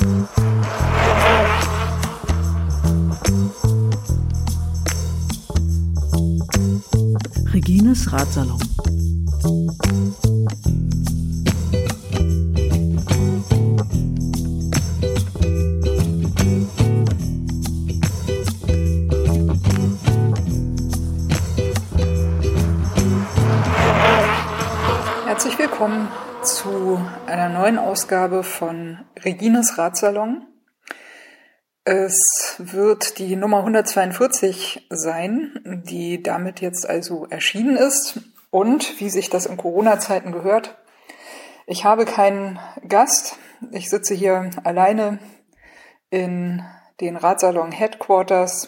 Regines Ratsalon. Herzlich willkommen zu einer neuen Ausgabe von Regines Ratsalon. Es wird die Nummer 142 sein, die damit jetzt also erschienen ist. Und wie sich das in Corona-Zeiten gehört, ich habe keinen Gast. Ich sitze hier alleine in den Ratsalon Headquarters.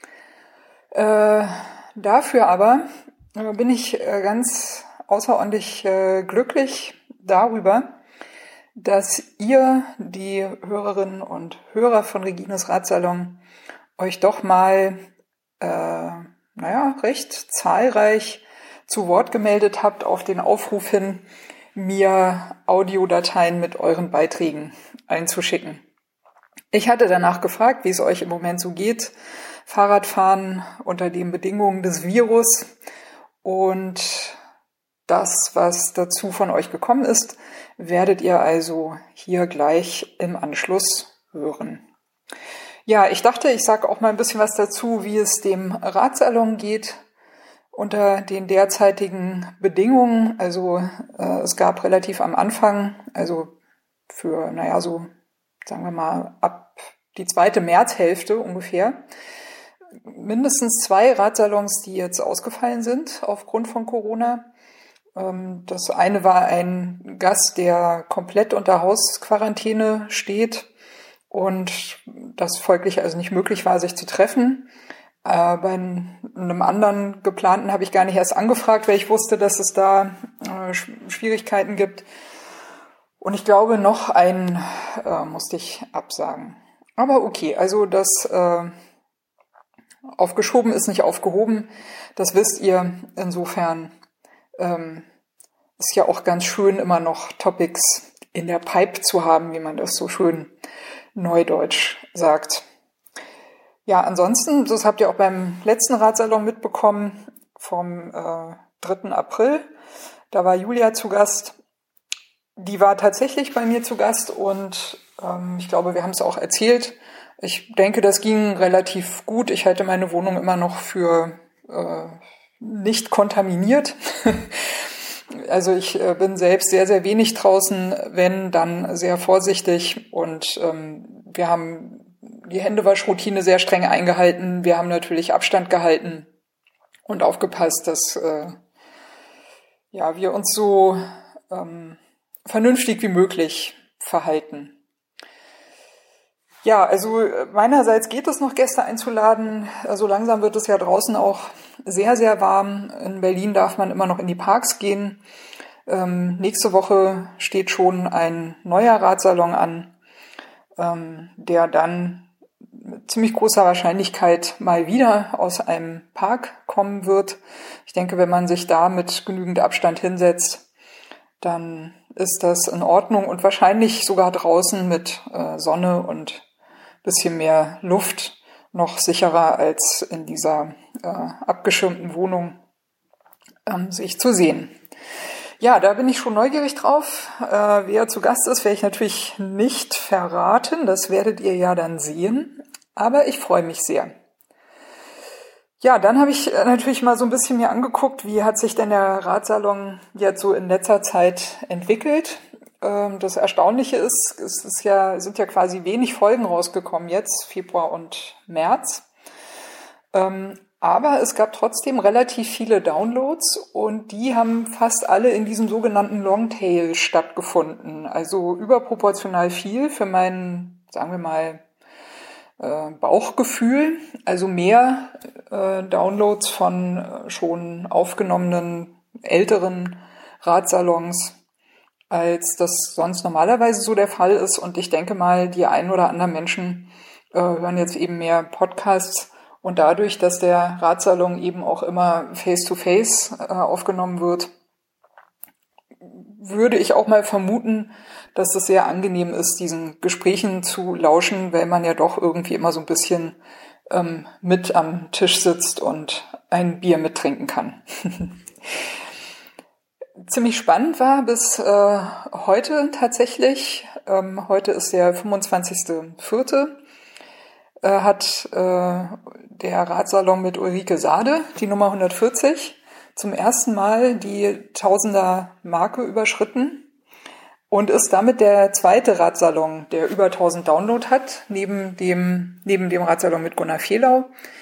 Dafür aber bin ich ganz außerordentlich glücklich darüber, dass ihr, die Hörerinnen und Hörer von Regines Ratsalon, euch doch mal recht zahlreich zu Wort gemeldet habt auf den Aufruf hin, mir Audiodateien mit euren Beiträgen einzuschicken. Ich hatte danach gefragt, wie es euch im Moment so geht, Fahrradfahren unter den Bedingungen des Virus, und das, was dazu von euch gekommen ist, werdet ihr also hier gleich im Anschluss hören. Ja, ich dachte, ich sage auch mal ein bisschen was dazu, wie es dem Ratsalon geht unter den derzeitigen Bedingungen. Also es gab relativ am Anfang, also für, sagen wir mal, ab die zweite Märzhälfte ungefähr, mindestens 2 Ratsalons, die jetzt ausgefallen sind aufgrund von Corona. Das eine war ein Gast, der komplett unter Hausquarantäne steht und das folglich also nicht möglich war, sich zu treffen. Bei einem anderen geplanten habe ich gar nicht erst angefragt, weil ich wusste, dass es da Schwierigkeiten gibt. Und ich glaube, noch einen musste ich absagen. Aber okay, also das aufgeschoben ist nicht aufgehoben. Das wisst ihr. Insofern ist ja auch ganz schön, immer noch Topics in der Pipe zu haben, wie man das so schön neudeutsch sagt. Ja, ansonsten, das habt ihr auch beim letzten Ratsalon mitbekommen, vom 3. April. Da war Julia zu Gast. Die war tatsächlich bei mir zu Gast und ich glaube, wir haben es auch erzählt. Ich denke, das ging relativ gut. Ich halte meine Wohnung immer noch für nicht kontaminiert. Also ich bin selbst sehr, sehr wenig draußen, wenn, dann sehr vorsichtig, und wir haben die Händewaschroutine sehr streng eingehalten. Wir haben natürlich Abstand gehalten und aufgepasst, dass wir uns so vernünftig wie möglich verhalten. Ja, also meinerseits geht es noch, Gäste einzuladen. Also langsam wird es ja draußen auch sehr, sehr warm. In Berlin darf man immer noch in die Parks gehen. Nächste Woche steht schon ein neuer Ratsalon an, der dann mit ziemlich großer Wahrscheinlichkeit mal wieder aus einem Park kommen wird. Ich denke, wenn man sich da mit genügend Abstand hinsetzt, dann ist das in Ordnung und wahrscheinlich sogar draußen mit Sonne und bisschen mehr Luft noch sicherer als in dieser abgeschirmten Wohnung sich zu sehen. Ja, da bin ich schon neugierig drauf. Wer zu Gast ist, werde ich natürlich nicht verraten. Das werdet ihr ja dann sehen. Aber ich freue mich sehr. Ja, dann habe ich natürlich mal so ein bisschen mir angeguckt, wie hat sich denn der Ratsalon jetzt so in letzter Zeit entwickelt. Das Erstaunliche ist, sind ja quasi wenig Folgen rausgekommen jetzt, Februar und März. Aber es gab trotzdem relativ viele Downloads und die haben fast alle in diesem sogenannten Longtail stattgefunden. Also überproportional viel für mein, sagen wir mal, Bauchgefühl. Also mehr Downloads von schon aufgenommenen älteren Ratsalons, als das sonst normalerweise so der Fall ist. Und ich denke mal, die ein oder anderen Menschen hören jetzt eben mehr Podcasts. Und dadurch, dass der Ratsalon eben auch immer face-to-face aufgenommen wird, würde ich auch mal vermuten, dass es sehr angenehm ist, diesen Gesprächen zu lauschen, weil man ja doch irgendwie immer so ein bisschen mit am Tisch sitzt und ein Bier mittrinken kann. Ziemlich spannend war bis heute tatsächlich. Heute ist der 25.04. Hat der Radsalon mit Ulrike Sade, die Nummer 140, zum ersten Mal die Tausender-Marke überschritten und ist damit der zweite Radsalon, der über 1000 Download hat, neben dem Radsalon mit Gunnar Fehlau.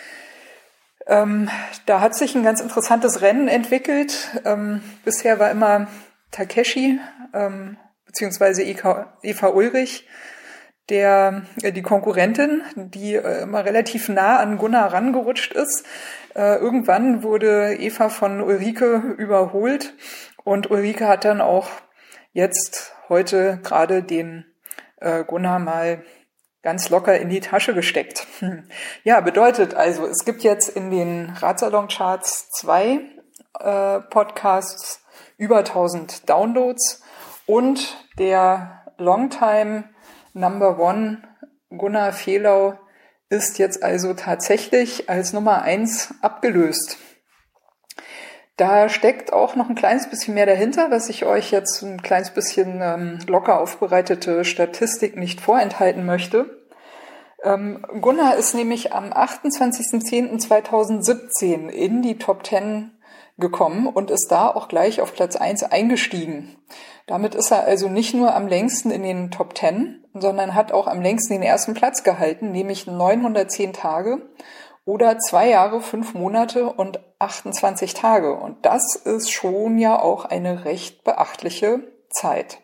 Da hat sich ein ganz interessantes Rennen entwickelt. Bisher war immer Takeshi beziehungsweise Eva Ulrich die Konkurrentin, die immer relativ nah an Gunnar rangerutscht ist. Irgendwann wurde Eva von Ulrike überholt und Ulrike hat dann auch jetzt heute gerade den Gunnar mal ganz locker in die Tasche gesteckt. Ja, bedeutet also, es gibt jetzt in den Radsalon-Charts 2 Podcasts über 1000 Downloads und der Longtime Number One Gunnar Fehlau ist jetzt also tatsächlich als Nummer 1 abgelöst. Da steckt auch noch ein kleines bisschen mehr dahinter, was ich euch jetzt ein kleines bisschen locker aufbereitete Statistik nicht vorenthalten möchte. Gunnar ist nämlich am 28.10.2017 in die Top 10 gekommen und ist da auch gleich auf Platz 1 eingestiegen. Damit ist er also nicht nur am längsten in den Top 10, sondern hat auch am längsten den ersten Platz gehalten, nämlich 910 Tage oder 2 Jahre, 5 Monate und 28 Tage. Und das ist schon ja auch eine recht beachtliche Zeit.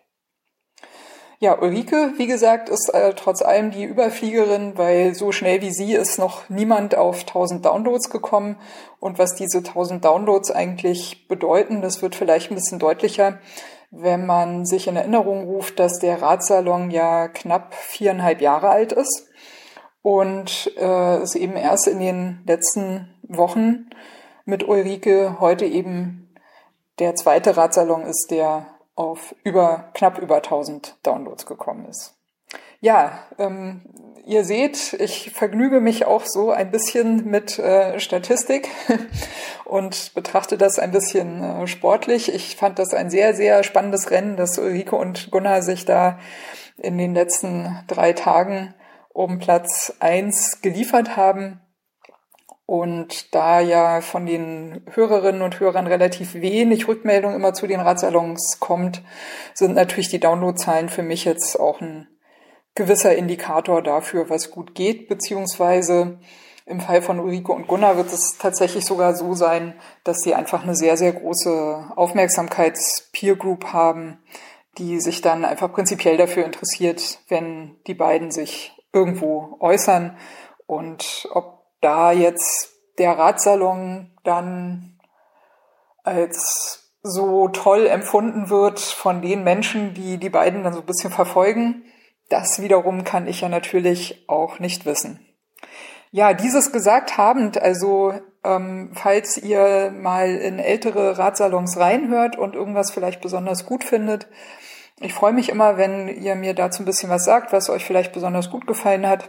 Ja, Ulrike, wie gesagt, ist trotz allem die Überfliegerin, weil so schnell wie sie ist noch niemand auf 1000 Downloads gekommen. Und was diese 1000 Downloads eigentlich bedeuten, das wird vielleicht ein bisschen deutlicher, wenn man sich in Erinnerung ruft, dass der Radsalon ja knapp 4,5 Jahre alt ist und es eben erst in den letzten Wochen mit Ulrike heute eben der zweite Radsalon ist, der auf knapp über 1000 Downloads gekommen ist. Ja, ihr seht, ich vergnüge mich auch so ein bisschen mit Statistik und betrachte das ein bisschen sportlich. Ich fand das ein sehr, sehr spannendes Rennen, dass Ulrike und Gunnar sich da in den letzten 3 Tagen um Platz 1 geliefert haben. Und da ja von den Hörerinnen und Hörern relativ wenig Rückmeldung immer zu den Radsalons kommt, sind natürlich die Downloadzahlen für mich jetzt auch ein gewisser Indikator dafür, was gut geht, beziehungsweise im Fall von Ulrike und Gunnar wird es tatsächlich sogar so sein, dass sie einfach eine sehr, sehr große Aufmerksamkeits-Peer-Group haben, die sich dann einfach prinzipiell dafür interessiert, wenn die beiden sich irgendwo äußern und ob da jetzt der Radsalon dann als so toll empfunden wird von den Menschen, die die beiden dann so ein bisschen verfolgen, das wiederum kann ich ja natürlich auch nicht wissen. Ja, dieses gesagt habend, also falls ihr mal in ältere Radsalons reinhört und irgendwas vielleicht besonders gut findet, ich freue mich immer, wenn ihr mir dazu ein bisschen was sagt, was euch vielleicht besonders gut gefallen hat.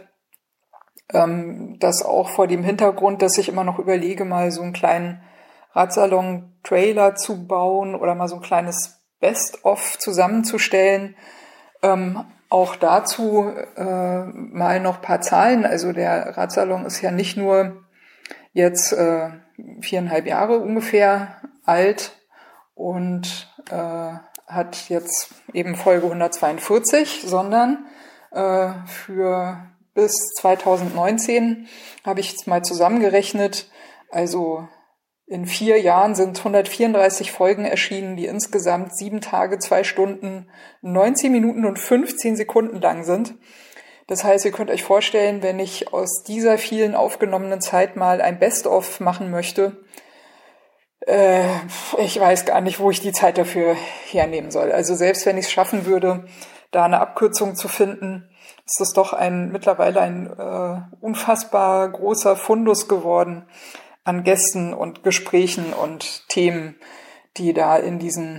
Das auch vor dem Hintergrund, dass ich immer noch überlege, mal so einen kleinen Radsalon-Trailer zu bauen oder mal so ein kleines Best-of zusammenzustellen. Auch dazu mal noch ein paar Zahlen. Also der Radsalon ist ja nicht nur jetzt 4,5 Jahre ungefähr alt und hat jetzt eben Folge 142, sondern für bis 2019 habe ich es mal zusammengerechnet. Also in 4 Jahren sind 134 Folgen erschienen, die insgesamt 7 Tage, 2 Stunden, 19 Minuten und 15 Sekunden lang sind. Das heißt, ihr könnt euch vorstellen, wenn ich aus dieser vielen aufgenommenen Zeit mal ein Best-of machen möchte, ich weiß gar nicht, wo ich die Zeit dafür hernehmen soll. Also selbst wenn ich es schaffen würde, da eine Abkürzung zu finden, ist das doch mittlerweile ein unfassbar großer Fundus geworden an Gästen und Gesprächen und Themen, die da in diesen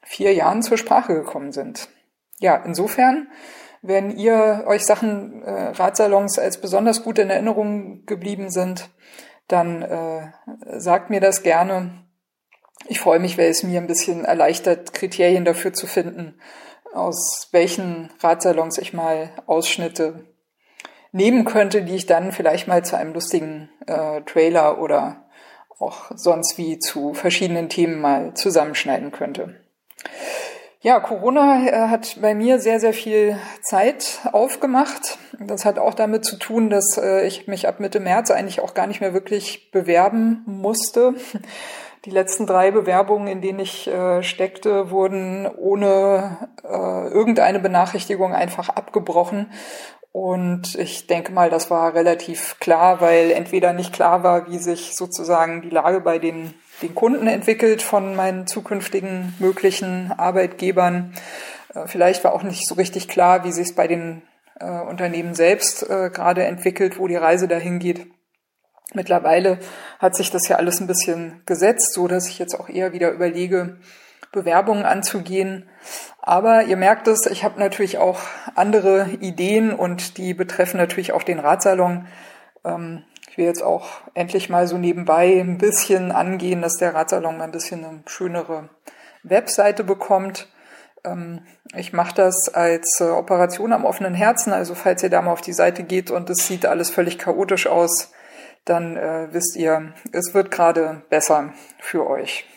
4 Jahren zur Sprache gekommen sind. Ja, insofern, wenn ihr euch Sachen Radsalons als besonders gut in Erinnerung geblieben sind, dann sagt mir das gerne. Ich freue mich, weil es mir ein bisschen erleichtert, Kriterien dafür zu finden, aus welchen Radsalons ich mal Ausschnitte nehmen könnte, die ich dann vielleicht mal zu einem lustigen Trailer oder auch sonst wie zu verschiedenen Themen mal zusammenschneiden könnte. Ja, Corona hat bei mir sehr, sehr viel Zeit aufgemacht. Das hat auch damit zu tun, dass ich mich ab Mitte März eigentlich auch gar nicht mehr wirklich bewerben musste. Die letzten 3 Bewerbungen, in denen ich steckte, wurden ohne irgendeine Benachrichtigung einfach abgebrochen. Und ich denke mal, das war relativ klar, weil entweder nicht klar war, wie sich sozusagen die Lage bei den Kunden entwickelt von meinen zukünftigen möglichen Arbeitgebern. Vielleicht war auch nicht so richtig klar, wie sich es bei den Unternehmen selbst gerade entwickelt, wo die Reise dahin geht. Mittlerweile hat sich das ja alles ein bisschen gesetzt, so dass ich jetzt auch eher wieder überlege, Bewerbungen anzugehen. Aber ihr merkt es, ich habe natürlich auch andere Ideen und die betreffen natürlich auch den Radsalon. Ich will jetzt auch endlich mal so nebenbei ein bisschen angehen, dass der Radsalon mal ein bisschen eine schönere Webseite bekommt. Ich mache das als Operation am offenen Herzen. Also falls ihr da mal auf die Seite geht und es sieht alles völlig chaotisch aus, dann wisst ihr, es wird gerade besser für euch.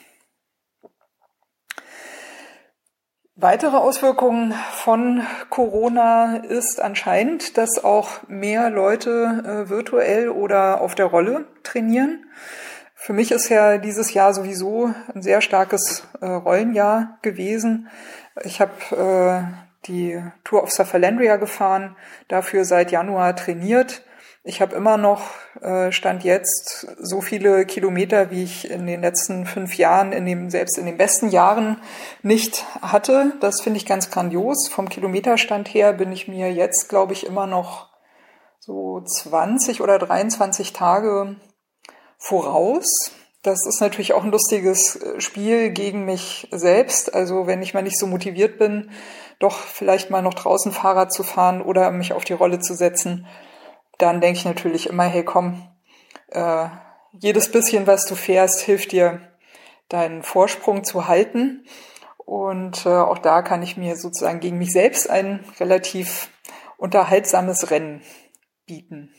Weitere Auswirkungen von Corona ist anscheinend, dass auch mehr Leute virtuell oder auf der Rolle trainieren. Für mich ist ja dieses Jahr sowieso ein sehr starkes Rollenjahr gewesen. Ich habe die Tour of Surfalandria gefahren, dafür seit Januar trainiert. Ich habe immer noch, Stand jetzt, so viele Kilometer, wie ich in den letzten 5 Jahren, selbst in den besten Jahren nicht hatte. Das finde ich ganz grandios. Vom Kilometerstand her bin ich mir jetzt, glaube ich, immer noch so 20 oder 23 Tage voraus. Das ist natürlich auch ein lustiges Spiel gegen mich selbst. Also wenn ich mal nicht so motiviert bin, doch vielleicht mal noch draußen Fahrrad zu fahren oder mich auf die Rolle zu setzen, dann denke ich natürlich immer, hey komm, jedes bisschen, was du fährst, hilft dir, deinen Vorsprung zu halten. Und auch da kann ich mir sozusagen gegen mich selbst ein relativ unterhaltsames Rennen bieten.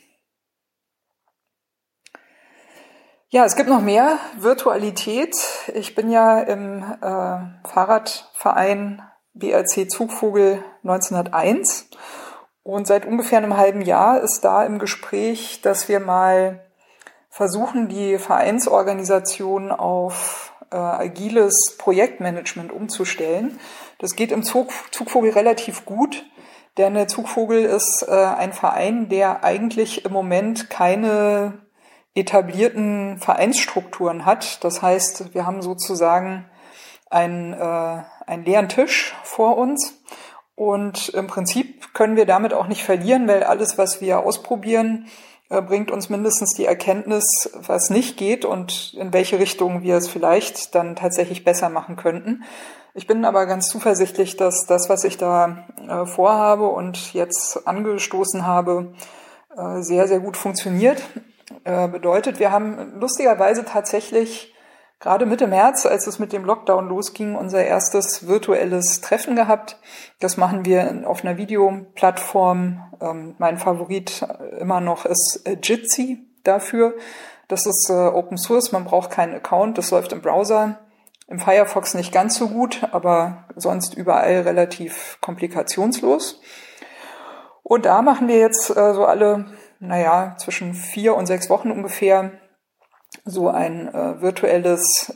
Ja, es gibt noch mehr Virtualität. Ich bin ja im Fahrradverein BRC Zugvogel 1901. Und seit ungefähr einem halben Jahr ist da im Gespräch, dass wir mal versuchen, die Vereinsorganisation auf agiles Projektmanagement umzustellen. Das geht im Zugvogel relativ gut, denn der Zugvogel ist ein Verein, der eigentlich im Moment keine etablierten Vereinsstrukturen hat. Das heißt, wir haben sozusagen einen leeren Tisch vor uns. Und im Prinzip können wir damit auch nicht verlieren, weil alles, was wir ausprobieren, bringt uns mindestens die Erkenntnis, was nicht geht und in welche Richtung wir es vielleicht dann tatsächlich besser machen könnten. Ich bin aber ganz zuversichtlich, dass das, was ich da vorhabe und jetzt angestoßen habe, sehr, sehr gut funktioniert. Bedeutet, wir haben lustigerweise tatsächlich gerade Mitte März, als es mit dem Lockdown losging, unser erstes virtuelles Treffen gehabt. Das machen wir auf einer Videoplattform. Mein Favorit immer noch ist Jitsi dafür. Das ist Open Source, man braucht keinen Account, das läuft im Browser. Im Firefox nicht ganz so gut, aber sonst überall relativ komplikationslos. Und da machen wir jetzt so alle, zwischen 4 und 6 Wochen ungefähr so ein virtuelles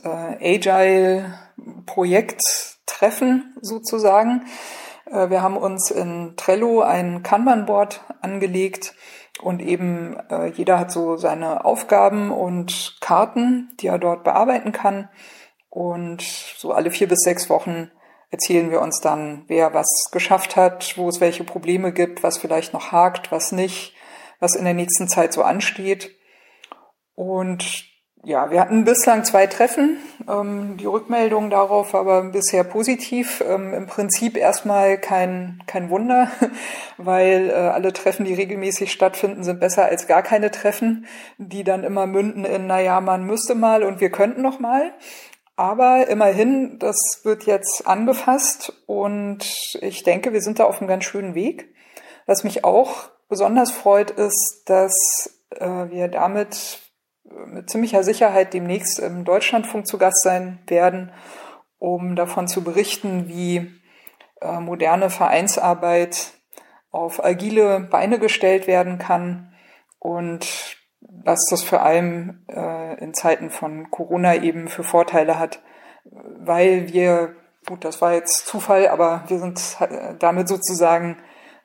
Agile-Projekt-Treffen sozusagen. Wir haben uns in Trello ein Kanban-Board angelegt und eben jeder hat so seine Aufgaben und Karten, die er dort bearbeiten kann. Und so alle 4 bis 6 Wochen erzählen wir uns dann, wer was geschafft hat, wo es welche Probleme gibt, was vielleicht noch hakt, was nicht, was in der nächsten Zeit so ansteht. Und Ja, wir hatten bislang 2 Treffen. Die Rückmeldung darauf war aber bisher positiv. Im Prinzip erstmal kein Wunder, weil alle Treffen, die regelmäßig stattfinden, sind besser als gar keine Treffen, die dann immer münden in, naja, man müsste mal und wir könnten noch mal. Aber immerhin, das wird jetzt angefasst und ich denke, wir sind da auf einem ganz schönen Weg. Was mich auch besonders freut, ist, dass wir damit mit ziemlicher Sicherheit demnächst im Deutschlandfunk zu Gast sein werden, um davon zu berichten, wie moderne Vereinsarbeit auf agile Beine gestellt werden kann und was das vor allem in Zeiten von Corona eben für Vorteile hat, weil wir, gut, das war jetzt Zufall, aber wir sind damit sozusagen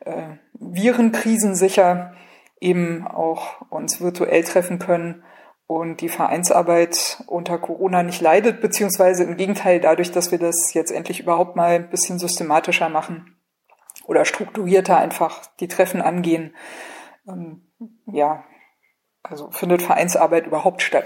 virenkrisensicher eben auch uns virtuell treffen können und die Vereinsarbeit unter Corona nicht leidet, beziehungsweise im Gegenteil dadurch, dass wir das jetzt endlich überhaupt mal ein bisschen systematischer machen oder strukturierter einfach die Treffen angehen. Ja, also findet Vereinsarbeit überhaupt statt.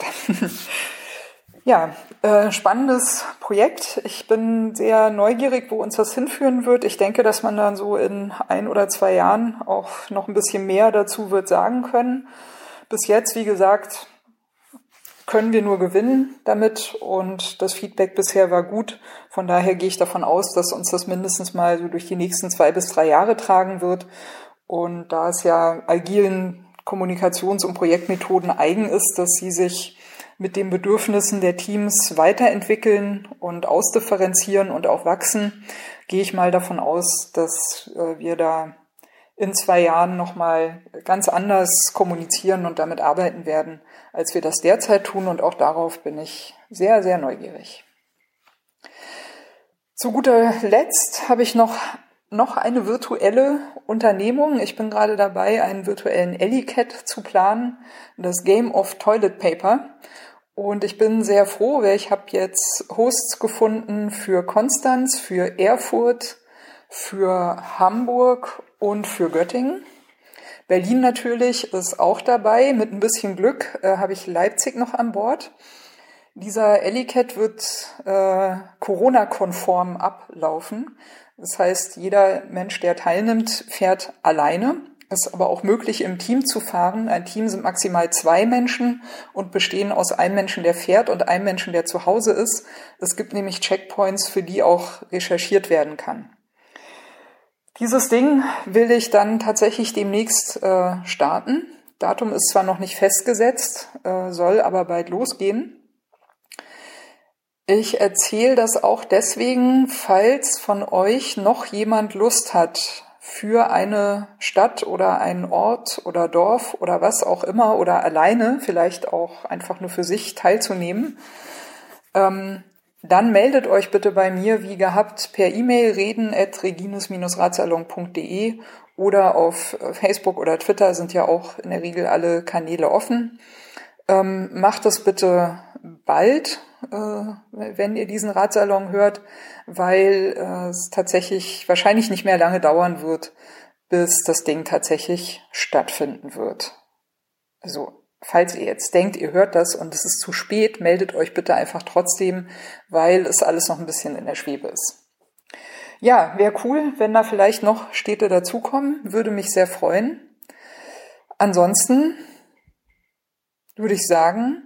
Ja, spannendes Projekt. Ich bin sehr neugierig, wo uns das hinführen wird. Ich denke, dass man dann so in 1 oder 2 Jahren auch noch ein bisschen mehr dazu wird sagen können. Bis jetzt, wie gesagt, können wir nur gewinnen damit und das Feedback bisher war gut. Von daher gehe ich davon aus, dass uns das mindestens mal so durch die nächsten 2 bis 3 Jahre tragen wird. Und da es ja agilen Kommunikations- und Projektmethoden eigen ist, dass sie sich mit den Bedürfnissen der Teams weiterentwickeln und ausdifferenzieren und auch wachsen, gehe ich mal davon aus, dass wir da in 2 Jahren nochmal ganz anders kommunizieren und damit arbeiten werden, als wir das derzeit tun. Und auch darauf bin ich sehr, sehr neugierig. Zu guter Letzt habe ich noch eine virtuelle Unternehmung. Ich bin gerade dabei, einen virtuellen Ellicat zu planen, das Game of Toilet Paper. Und ich bin sehr froh, weil ich habe jetzt Hosts gefunden für Konstanz, für Erfurt, für Hamburg und für Göttingen. Berlin natürlich ist auch dabei. Mit ein bisschen Glück habe ich Leipzig noch an Bord. Dieser Ellicat wird Corona-konform ablaufen. Das heißt, jeder Mensch, der teilnimmt, fährt alleine. Es ist aber auch möglich, im Team zu fahren. Ein Team sind maximal 2 Menschen und bestehen aus einem Menschen, der fährt und einem Menschen, der zu Hause ist. Es gibt nämlich Checkpoints, für die auch recherchiert werden kann. Dieses Ding will ich dann tatsächlich demnächst starten. Datum ist zwar noch nicht festgesetzt, soll aber bald losgehen. Ich erzähle das auch deswegen, falls von euch noch jemand Lust hat, für eine Stadt oder einen Ort oder Dorf oder was auch immer oder alleine, vielleicht auch einfach nur für sich teilzunehmen, dann meldet euch bitte bei mir, wie gehabt, per E-Mail reden@regines-ratsalon.de oder auf Facebook oder Twitter sind ja auch in der Regel alle Kanäle offen. Macht das bitte bald, wenn ihr diesen Ratsalon hört, weil es tatsächlich wahrscheinlich nicht mehr lange dauern wird, bis das Ding tatsächlich stattfinden wird. Also, falls ihr jetzt denkt, ihr hört das und es ist zu spät, meldet euch bitte einfach trotzdem, weil es alles noch ein bisschen in der Schwebe ist. Ja, wäre cool, wenn da vielleicht noch Städte dazukommen, würde mich sehr freuen. Ansonsten würde ich sagen,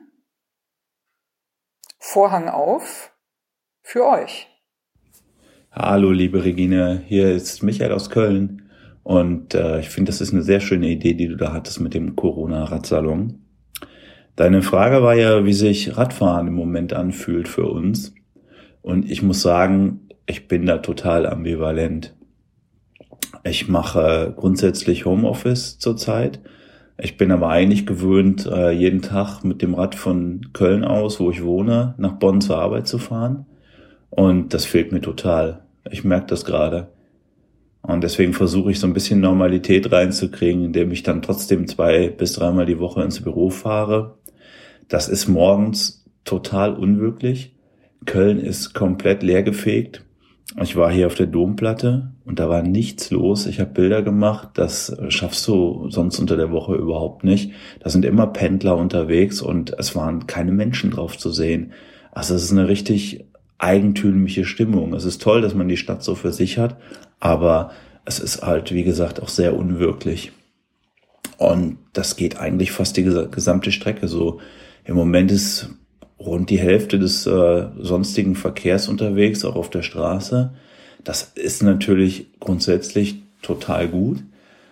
Vorhang auf für euch. Hallo liebe Regine, hier ist Michael aus Köln und ich finde, das ist eine sehr schöne Idee, die du da hattest mit dem Corona-Radsalon. Deine Frage war ja, wie sich Radfahren im Moment anfühlt für uns und ich muss sagen, ich bin da total ambivalent. Ich mache grundsätzlich Homeoffice zurzeit. Ich bin aber eigentlich gewöhnt, jeden Tag mit dem Rad von Köln aus, wo ich wohne, nach Bonn zur Arbeit zu fahren. Und das fehlt mir total. Ich merke das gerade. Und deswegen versuche ich so ein bisschen Normalität reinzukriegen, indem ich dann trotzdem 2 bis 3 Mal die Woche ins Büro fahre. Das ist morgens total unwirklich. Köln ist komplett leergefegt. Ich war hier auf der Domplatte und da war nichts los. Ich habe Bilder gemacht, das schaffst du sonst unter der Woche überhaupt nicht. Da sind immer Pendler unterwegs und es waren keine Menschen drauf zu sehen. Also es ist eine richtig eigentümliche Stimmung. Es ist toll, dass man die Stadt so für sich hat, aber es ist halt, wie gesagt, auch sehr unwirklich. Und das geht eigentlich fast die gesamte Strecke so. Im Moment ist rund die Hälfte des sonstigen Verkehrs unterwegs, auch auf der Straße. Das ist natürlich grundsätzlich total gut.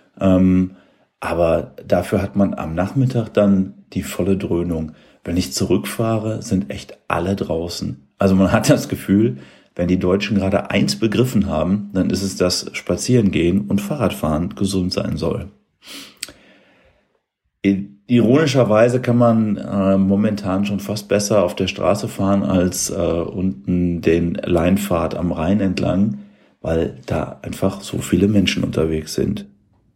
Aber dafür hat man am Nachmittag dann die volle Dröhnung. Wenn ich zurückfahre, sind echt alle draußen. Also man hat das Gefühl, wenn die Deutschen gerade eins begriffen haben, dann ist es, dass Spazierengehen und Fahrradfahren gesund sein soll. Ironischerweise kann man momentan schon fast besser auf der Straße fahren als unten den Leinpfad am Rhein entlang, weil da einfach so viele Menschen unterwegs sind.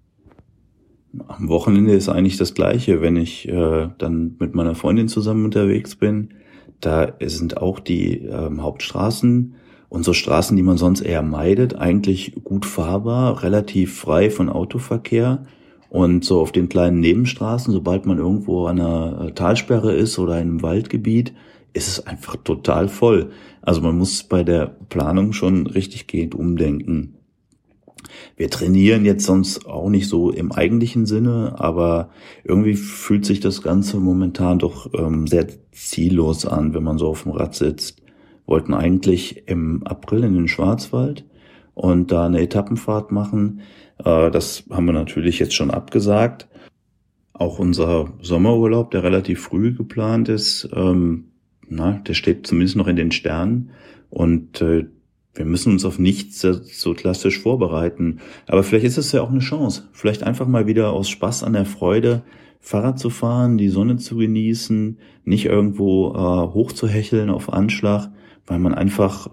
Am Wochenende ist eigentlich das Gleiche, wenn ich dann mit meiner Freundin zusammen unterwegs bin. Da sind auch die Hauptstraßen und so Straßen, die man sonst eher meidet, eigentlich gut fahrbar, relativ frei von Autoverkehr. Und so auf den kleinen Nebenstraßen, sobald man irgendwo an einer Talsperre ist oder in einem Waldgebiet, ist es einfach total voll. Also man muss bei der Planung schon richtig gehend umdenken. Wir trainieren jetzt sonst auch nicht so im eigentlichen Sinne, aber irgendwie fühlt sich das Ganze momentan doch sehr ziellos an, wenn man so auf dem Rad sitzt. Wollten eigentlich im April in den Schwarzwald und da eine Etappenfahrt machen. Das haben wir natürlich jetzt schon abgesagt. Auch unser Sommerurlaub, der relativ früh geplant ist, der steht zumindest noch in den Sternen. Und wir müssen uns auf nichts so klassisch vorbereiten. Aber vielleicht ist es ja auch eine Chance. Vielleicht einfach mal wieder aus Spaß an der Freude Fahrrad zu fahren, die Sonne zu genießen, nicht irgendwo hochzuhecheln auf Anschlag, weil man einfach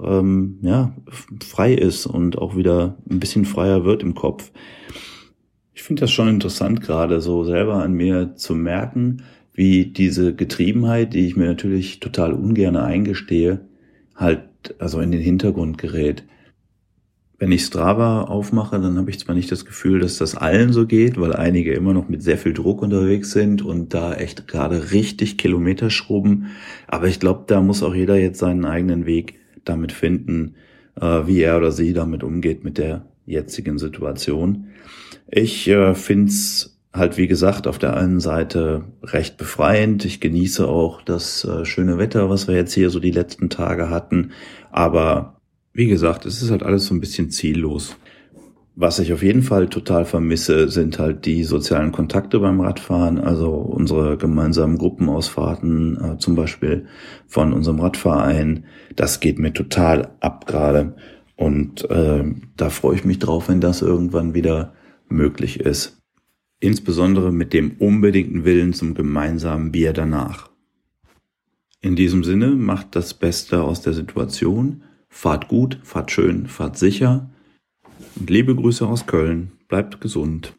frei ist und auch wieder ein bisschen freier wird im Kopf. Ich finde das schon interessant, gerade so selber an mir zu merken, wie diese Getriebenheit, die ich mir natürlich total ungern eingestehe, halt also in den Hintergrund gerät. Wenn ich Strava aufmache, dann habe ich zwar nicht das Gefühl, dass das allen so geht, weil einige immer noch mit sehr viel Druck unterwegs sind und da echt gerade richtig Kilometer schrubben. Aber ich glaube, da muss auch jeder jetzt seinen eigenen Weg damit finden, wie er oder sie damit umgeht mit der jetzigen Situation. Ich finde es halt, wie gesagt, auf der einen Seite recht befreiend. Ich genieße auch das schöne Wetter, was wir jetzt hier so die letzten Tage hatten. Aber wie gesagt, es ist halt alles so ein bisschen ziellos. Was ich auf jeden Fall total vermisse, sind halt die sozialen Kontakte beim Radfahren, also unsere gemeinsamen Gruppenausfahrten, zum Beispiel von unserem Radverein. Das geht mir total ab gerade. Und da freue ich mich drauf, wenn das irgendwann wieder möglich ist. Insbesondere mit dem unbedingten Willen zum gemeinsamen Bier danach. In diesem Sinne, macht das Beste aus der Situation. Fahrt gut, fahrt schön, fahrt sicher. Und liebe Grüße aus Köln. Bleibt gesund.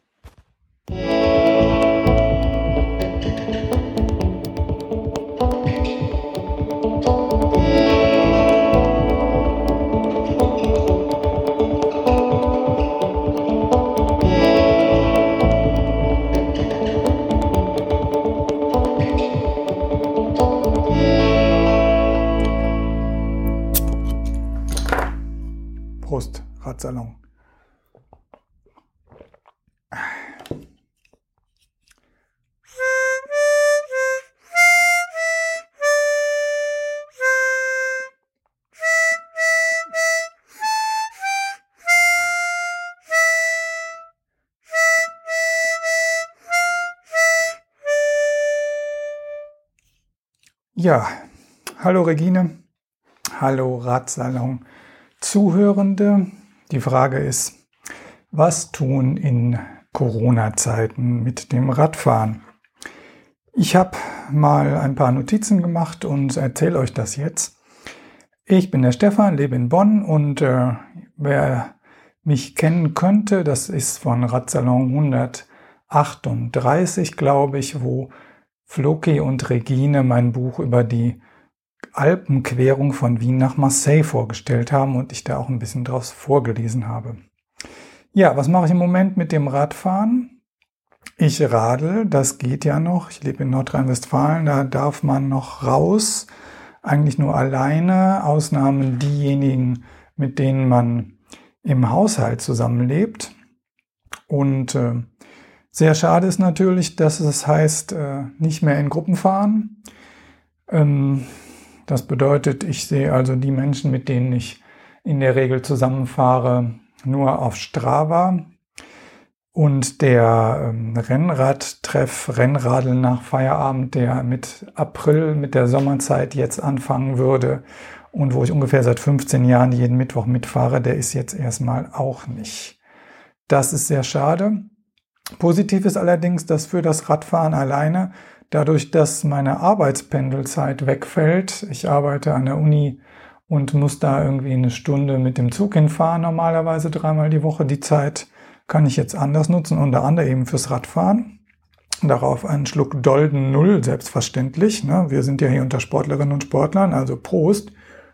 Prost, Radsalon. Ja, hallo Regine, hallo Radsalon Zuhörende. Die Frage ist, was tun in Corona-Zeiten mit dem Radfahren? Ich habe mal ein paar Notizen gemacht und erzähle euch das jetzt. Ich bin der Stefan, lebe in Bonn und wer mich kennen könnte, das ist von Radsalon 138, glaube ich, wo Floki und Regine mein Buch über die Alpenquerung von Wien nach Marseille vorgestellt haben und ich da auch ein bisschen draus vorgelesen habe. Ja, was mache ich im Moment mit dem Radfahren? Ich radel, das geht ja noch. Ich lebe in Nordrhein-Westfalen, da darf man noch raus. Eigentlich nur alleine, Ausnahmen diejenigen, mit denen man im Haushalt zusammenlebt. Und sehr schade ist natürlich, dass es heißt, nicht mehr in Gruppen fahren. Das bedeutet, ich sehe also die Menschen, mit denen ich in der Regel zusammenfahre, nur auf Strava. Und der Rennradtreff, Rennradeln nach Feierabend, der mit April, mit der Sommerzeit jetzt anfangen würde und wo ich ungefähr seit 15 Jahren jeden Mittwoch mitfahre, der ist jetzt erstmal auch nicht. Das ist sehr schade. Positiv ist allerdings, dass für das Radfahren alleine, dadurch, dass meine Arbeitspendelzeit wegfällt, ich arbeite an der Uni und muss da irgendwie eine Stunde mit dem Zug hinfahren, normalerweise 3-mal die Woche, die Zeit kann ich jetzt anders nutzen, unter anderem eben fürs Radfahren. Darauf einen Schluck Dolden 0, selbstverständlich. Ne? Wir sind ja hier unter Sportlerinnen und Sportlern, also Prost.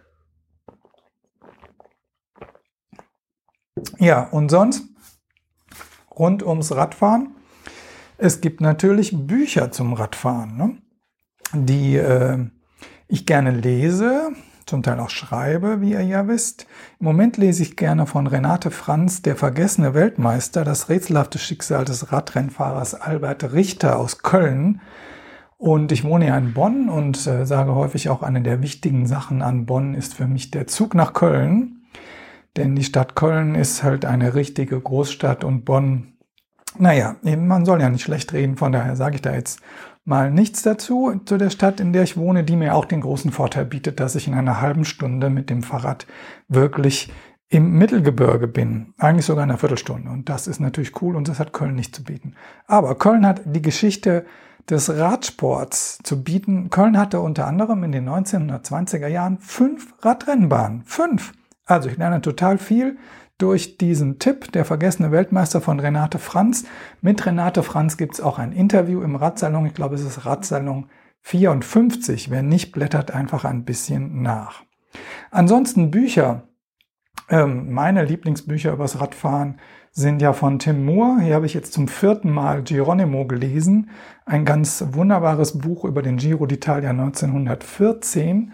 Ja, und sonst rund ums Radfahren. Es gibt natürlich Bücher zum Radfahren, ne? Die ich gerne lese, zum Teil auch schreibe, wie ihr ja wisst. Im Moment lese ich gerne von Renate Franz, Der vergessene Weltmeister, das rätselhafte Schicksal des Radrennfahrers Albert Richter aus Köln. Und ich wohne ja in Bonn und sage häufig auch, eine der wichtigen Sachen an Bonn ist für mich der Zug nach Köln. Denn die Stadt Köln ist halt eine richtige Großstadt und Bonn, naja, man soll ja nicht schlecht reden, von daher sage ich da jetzt mal nichts dazu, zu der Stadt, in der ich wohne, die mir auch den großen Vorteil bietet, dass ich in einer halben Stunde mit dem Fahrrad wirklich im Mittelgebirge bin. Eigentlich sogar in einer Viertelstunde. Und das ist natürlich cool und das hat Köln nicht zu bieten. Aber Köln hat die Geschichte des Radsports zu bieten. Köln hatte unter anderem in den 1920er Jahren 5 Radrennbahnen. 5! Also ich lerne total viel durch diesen Tipp, Der vergessene Weltmeister von Renate Franz. Mit Renate Franz gibt es auch ein Interview im Radsalon. Ich glaube, es ist Radsalon 54. Wer nicht, blättert einfach ein bisschen nach. Ansonsten Bücher. Meine Lieblingsbücher übers Radfahren sind ja von Tim Moore. Hier habe ich jetzt zum 4. Mal Geronimo gelesen. Ein ganz wunderbares Buch über den Giro d'Italia 1914.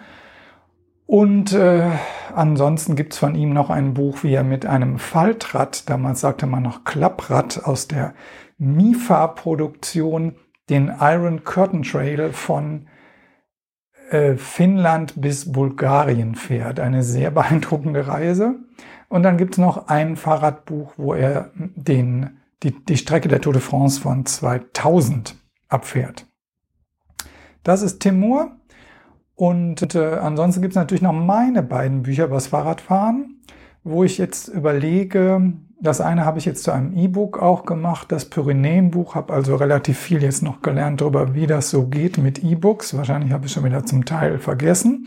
Und ansonsten gibt es von ihm noch ein Buch, wie er mit einem Faltrad, damals sagte man noch Klapprad, aus der Mifa-Produktion den Iron Curtain Trail von Finnland bis Bulgarien fährt. Eine sehr beeindruckende Reise. Und dann gibt es noch ein Fahrradbuch, wo er die Strecke der Tour de France von 2000 abfährt. Das ist Tim Moore. Und ansonsten gibt es natürlich noch meine beiden Bücher über das Fahrradfahren, wo ich jetzt überlege, das eine habe ich jetzt zu einem E-Book auch gemacht, das Pyrenäenbuch, habe also relativ viel jetzt noch gelernt darüber, wie das so geht mit E-Books. Wahrscheinlich habe ich schon wieder zum Teil vergessen.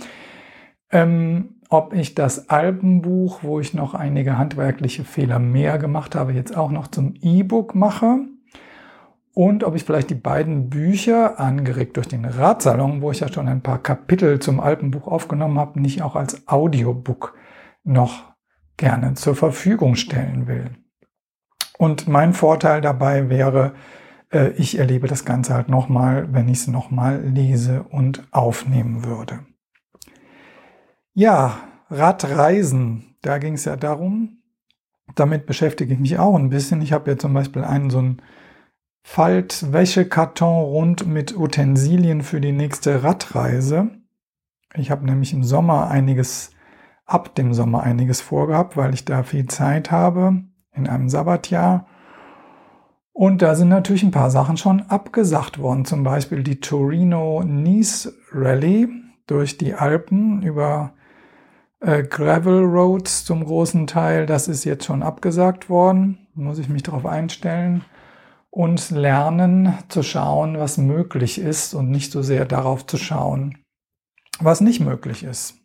Ob ich das Alpenbuch, wo ich noch einige handwerkliche Fehler mehr gemacht habe, jetzt auch noch zum E-Book mache. Und ob ich vielleicht die beiden Bücher, angeregt durch den Radsalon, wo ich ja schon ein paar Kapitel zum Alpenbuch aufgenommen habe, nicht auch als Audiobook noch gerne zur Verfügung stellen will. Und mein Vorteil dabei wäre, ich erlebe das Ganze halt nochmal, wenn ich es nochmal lese und aufnehmen würde. Ja, Radreisen, da ging es ja darum, damit beschäftige ich mich auch ein bisschen. Ich habe ja zum Beispiel so einen Faltwäschekarton rund mit Utensilien für die nächste Radreise. Ich habe nämlich ab dem Sommer einiges vorgehabt, weil ich da viel Zeit habe, in einem Sabbatjahr. Und da sind natürlich ein paar Sachen schon abgesagt worden, zum Beispiel die Torino-Nice Rallye durch die Alpen über Gravel Roads zum großen Teil. Das ist jetzt schon abgesagt worden, muss ich mich darauf einstellen. Und lernen zu schauen, was möglich ist und nicht so sehr darauf zu schauen, was nicht möglich ist.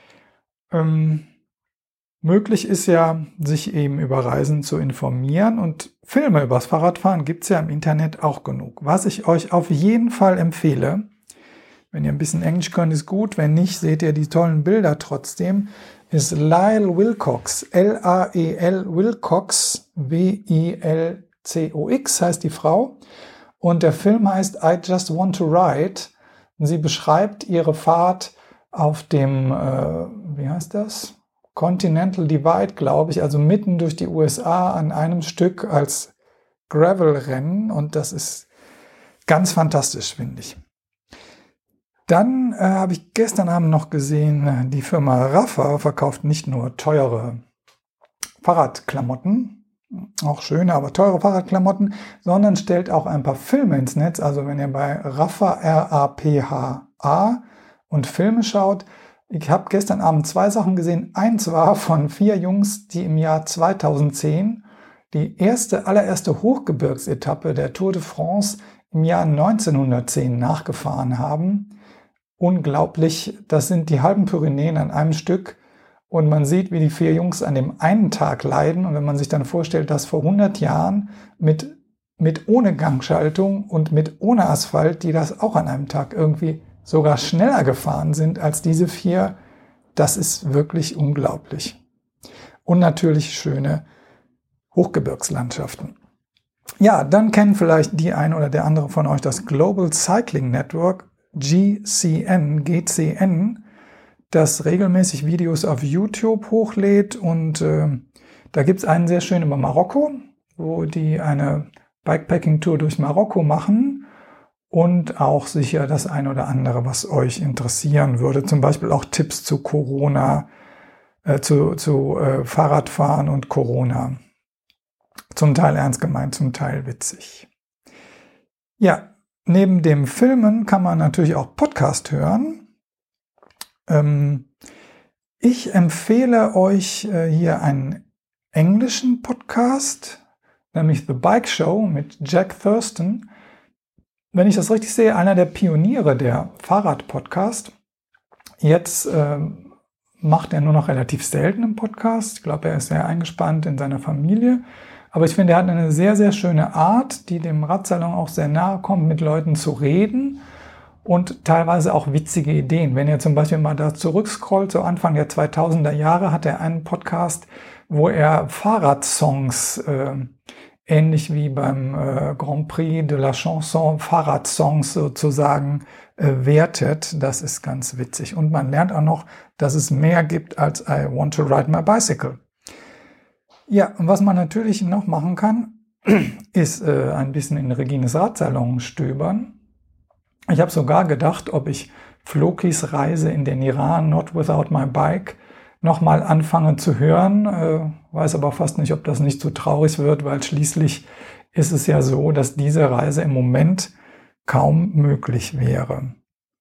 Möglich ist ja, sich eben über Reisen zu informieren und Filme übers Fahrradfahren gibt es ja im Internet auch genug. Was ich euch auf jeden Fall empfehle, Wenn ihr ein bisschen Englisch könnt, ist gut. Wenn nicht, seht ihr die tollen Bilder trotzdem. Ist Lyle Wilcox, L-A-E-L Wilcox, W-I-L-C-O-X heißt die Frau. Und der Film heißt I Just Want to Ride. Und sie beschreibt ihre Fahrt auf dem, wie heißt das? Continental Divide, glaube ich, also mitten durch die USA an einem Stück als Gravel-Rennen. Und das ist ganz fantastisch, finde ich. Dann habe ich gestern Abend noch gesehen, die Firma Rapha verkauft nicht nur teure Fahrradklamotten, auch schöne, aber teure Fahrradklamotten, sondern stellt auch ein paar Filme ins Netz. Also wenn ihr bei Rapha, R-A-P-H-A und Filme schaut, ich habe gestern Abend 2 Sachen gesehen. Eins war von 4 Jungs, die im Jahr 2010 die allererste Hochgebirgsetappe der Tour de France im Jahr 1910 nachgefahren haben. Unglaublich, das sind die halben Pyrenäen an einem Stück und man sieht, wie die 4 Jungs an dem einen Tag leiden. Und wenn man sich dann vorstellt, dass vor 100 Jahren mit ohne Gangschaltung und mit ohne Asphalt, die das auch an einem Tag irgendwie sogar schneller gefahren sind als diese 4, das ist wirklich unglaublich. Und natürlich schöne Hochgebirgslandschaften. Ja, dann kennen vielleicht die ein oder der andere von euch das Global Cycling Network, GCN, das regelmäßig Videos auf YouTube hochlädt. Und da gibt es einen sehr schön über Marokko, wo die eine Bikepacking-Tour durch Marokko machen. Und auch sicher das ein oder andere, was euch interessieren würde. Zum Beispiel auch Tipps zu Corona, zu Fahrradfahren und Corona. Zum Teil ernst gemeint, zum Teil witzig. Ja, neben dem Filmen kann man natürlich auch Podcast hören. Ich empfehle euch hier einen englischen Podcast, nämlich The Bike Show mit Jack Thurston. Wenn ich das richtig sehe, einer der Pioniere der Fahrrad-Podcast. Jetzt macht er nur noch relativ selten einen Podcast. Ich glaube, er ist sehr eingespannt in seiner Familie. Aber ich finde, er hat eine sehr, sehr schöne Art, die dem Radsalon auch sehr nahe kommt, mit Leuten zu reden und teilweise auch witzige Ideen. Wenn ihr zum Beispiel mal da zurückscrollt, so Anfang der 2000er Jahre, hat er einen Podcast, wo er Fahrradsongs, ähnlich wie beim Grand Prix de la Chanson, Fahrradsongs sozusagen wertet. Das ist ganz witzig. Und man lernt auch noch, dass es mehr gibt als I Want to Ride My Bicycle. Ja, und was man natürlich noch machen kann, ist ein bisschen in Regines Radsalon stöbern. Ich habe sogar gedacht, ob ich Flokis Reise in den Iran, Not Without My Bike, nochmal anfange zu hören. Weiß aber fast nicht, ob das nicht zu traurig wird, weil schließlich ist es ja so, dass diese Reise im Moment kaum möglich wäre.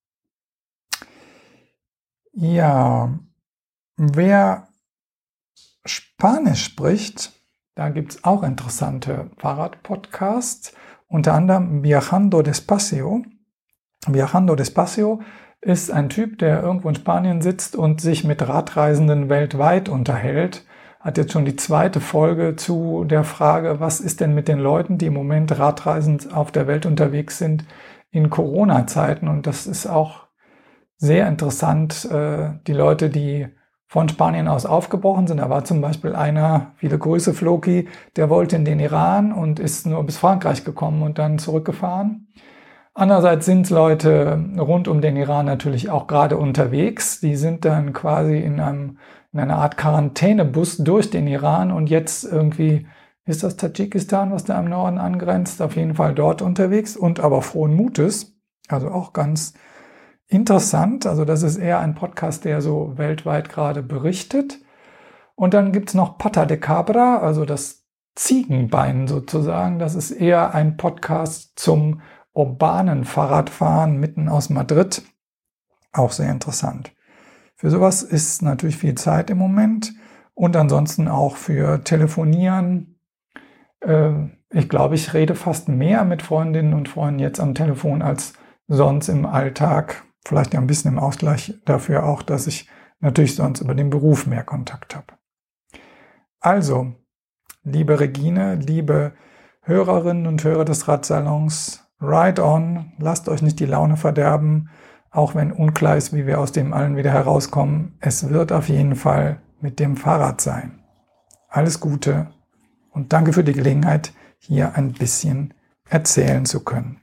Ja, wer Spanisch spricht, da gibt es auch interessante Fahrradpodcasts, unter anderem Viajando Despacio. Viajando Despacio ist ein Typ, der irgendwo in Spanien sitzt und sich mit Radreisenden weltweit unterhält. Hat jetzt schon die 2. Folge zu der Frage, was ist denn mit den Leuten, die im Moment radreisend auf der Welt unterwegs sind in Corona-Zeiten. Und das ist auch sehr interessant, die Leute, die von Spanien aus aufgebrochen sind. Da war zum Beispiel einer, viele Grüße Floki, der wollte in den Iran und ist nur bis Frankreich gekommen und dann zurückgefahren. Andererseits sind Leute rund um den Iran natürlich auch gerade unterwegs. Die sind dann quasi in einer Art Quarantänebus durch den Iran und jetzt irgendwie, ist das Tadschikistan, was da im Norden angrenzt, auf jeden Fall dort unterwegs und aber frohen Mutes. Also auch ganz interessant. Also das ist eher ein Podcast, der so weltweit gerade berichtet. Und dann gibt's noch Pata de Cabra, also das Ziegenbein sozusagen. Das ist eher ein Podcast zum urbanen Fahrradfahren mitten aus Madrid. Auch sehr interessant. Für sowas ist natürlich viel Zeit im Moment und ansonsten auch für Telefonieren. Ich glaube, ich rede fast mehr mit Freundinnen und Freunden jetzt am Telefon als sonst im Alltag. Vielleicht ja ein bisschen im Ausgleich dafür auch, dass ich natürlich sonst über den Beruf mehr Kontakt habe. Also, liebe Regine, liebe Hörerinnen und Hörer des Radsalons, ride on, lasst euch nicht die Laune verderben, auch wenn unklar ist, wie wir aus dem allen wieder herauskommen. Es wird auf jeden Fall mit dem Fahrrad sein. Alles Gute und danke für die Gelegenheit, hier ein bisschen erzählen zu können.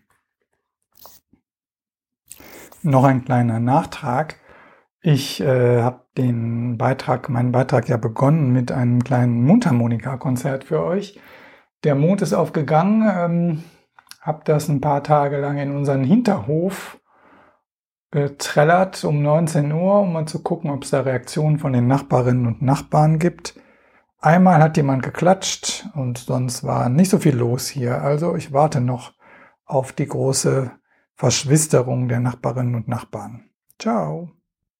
Noch ein kleiner Nachtrag. Ich habe meinen Beitrag ja begonnen mit einem kleinen Mundharmonika-Konzert für euch. Der Mond ist aufgegangen, habe das ein paar Tage lang in unseren Hinterhof getrellert um 19 Uhr, um mal zu gucken, ob es da Reaktionen von den Nachbarinnen und Nachbarn gibt. Einmal hat jemand geklatscht und sonst war nicht so viel los hier. Also ich warte noch auf die große Verschwisterung der Nachbarinnen und Nachbarn. Ciao.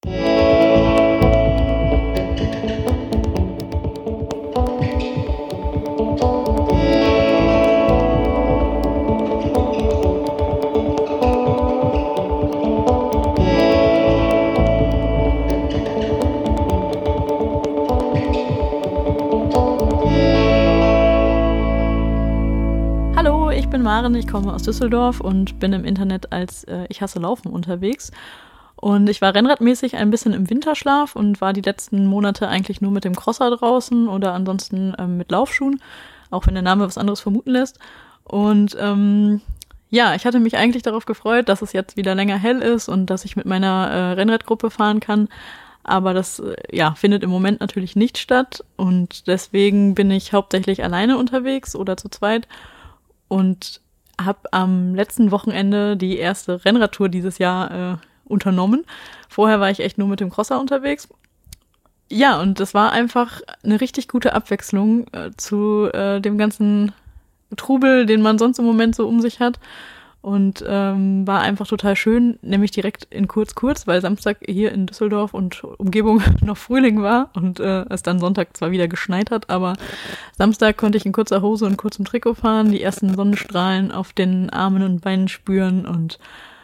Hallo, ich bin Maren, ich komme aus Düsseldorf und bin im Internet als Ich hasse Laufen unterwegs. Und ich war rennradmäßig ein bisschen im Winterschlaf und war die letzten Monate eigentlich nur mit dem Crosser draußen oder ansonsten mit Laufschuhen, auch wenn der Name was anderes vermuten lässt. Und ich hatte mich eigentlich darauf gefreut, dass es jetzt wieder länger hell ist und dass ich mit meiner Rennradgruppe fahren kann. Aber das findet im Moment natürlich nicht statt und deswegen bin ich hauptsächlich alleine unterwegs oder zu zweit und habe am letzten Wochenende die erste Rennradtour dieses Jahr unternommen. Vorher war ich echt nur mit dem Crosser unterwegs. Ja, und das war einfach eine richtig gute Abwechslung zu dem ganzen Trubel, den man sonst im Moment so um sich hat. Und war einfach total schön, nämlich direkt in kurz, weil Samstag hier in Düsseldorf und Umgebung noch Frühling war und es dann Sonntag zwar wieder geschneit hat, aber Samstag konnte ich in kurzer Hose und kurzem Trikot fahren, die ersten Sonnenstrahlen auf den Armen und Beinen spüren und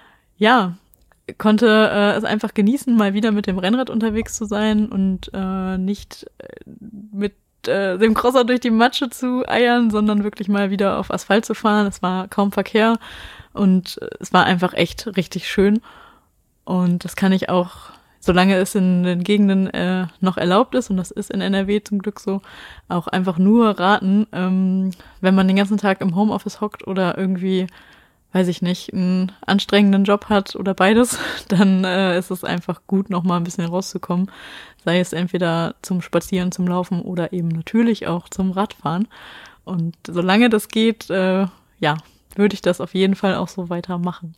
konnte es einfach genießen, mal wieder mit dem Rennrad unterwegs zu sein und nicht mit dem Crosser durch die Matsche zu eiern, sondern wirklich mal wieder auf Asphalt zu fahren. Es war kaum Verkehr und es war einfach echt richtig schön. Und das kann ich auch, solange es in den Gegenden noch erlaubt ist, und das ist in NRW zum Glück so, auch einfach nur raten, wenn man den ganzen Tag im Homeoffice hockt oder irgendwie, weiß ich nicht, einen anstrengenden Job hat oder beides, dann ist es einfach gut, noch mal ein bisschen rauszukommen. Sei es entweder zum Spazieren, zum Laufen oder eben natürlich auch zum Radfahren. Und solange das geht, würde ich das auf jeden Fall auch so weitermachen.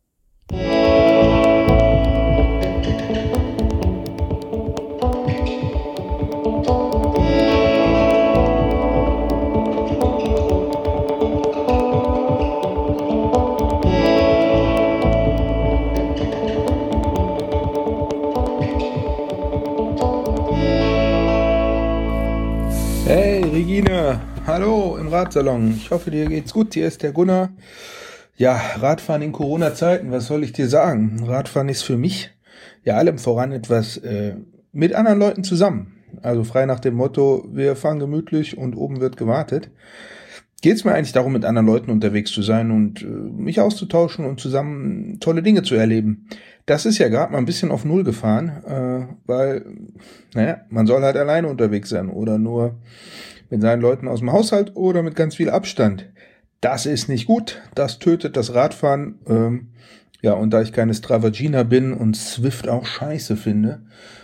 Hey Regina, hallo im Radsalon. Ich hoffe, dir geht's gut. Hier ist der Gunnar. Ja, Radfahren in Corona-Zeiten, was soll ich dir sagen? Radfahren ist für mich ja allem voran etwas mit anderen Leuten zusammen. Also frei nach dem Motto, wir fahren gemütlich und oben wird gewartet. Geht's mir eigentlich darum, mit anderen Leuten unterwegs zu sein und mich auszutauschen und zusammen tolle Dinge zu erleben. Das ist ja gerade mal ein bisschen auf Null gefahren, weil, man soll halt alleine unterwegs sein oder nur mit seinen Leuten aus dem Haushalt oder mit ganz viel Abstand. Das ist nicht gut, das tötet das Radfahren. Und da ich keine Stravagina bin und Zwift auch scheiße finde,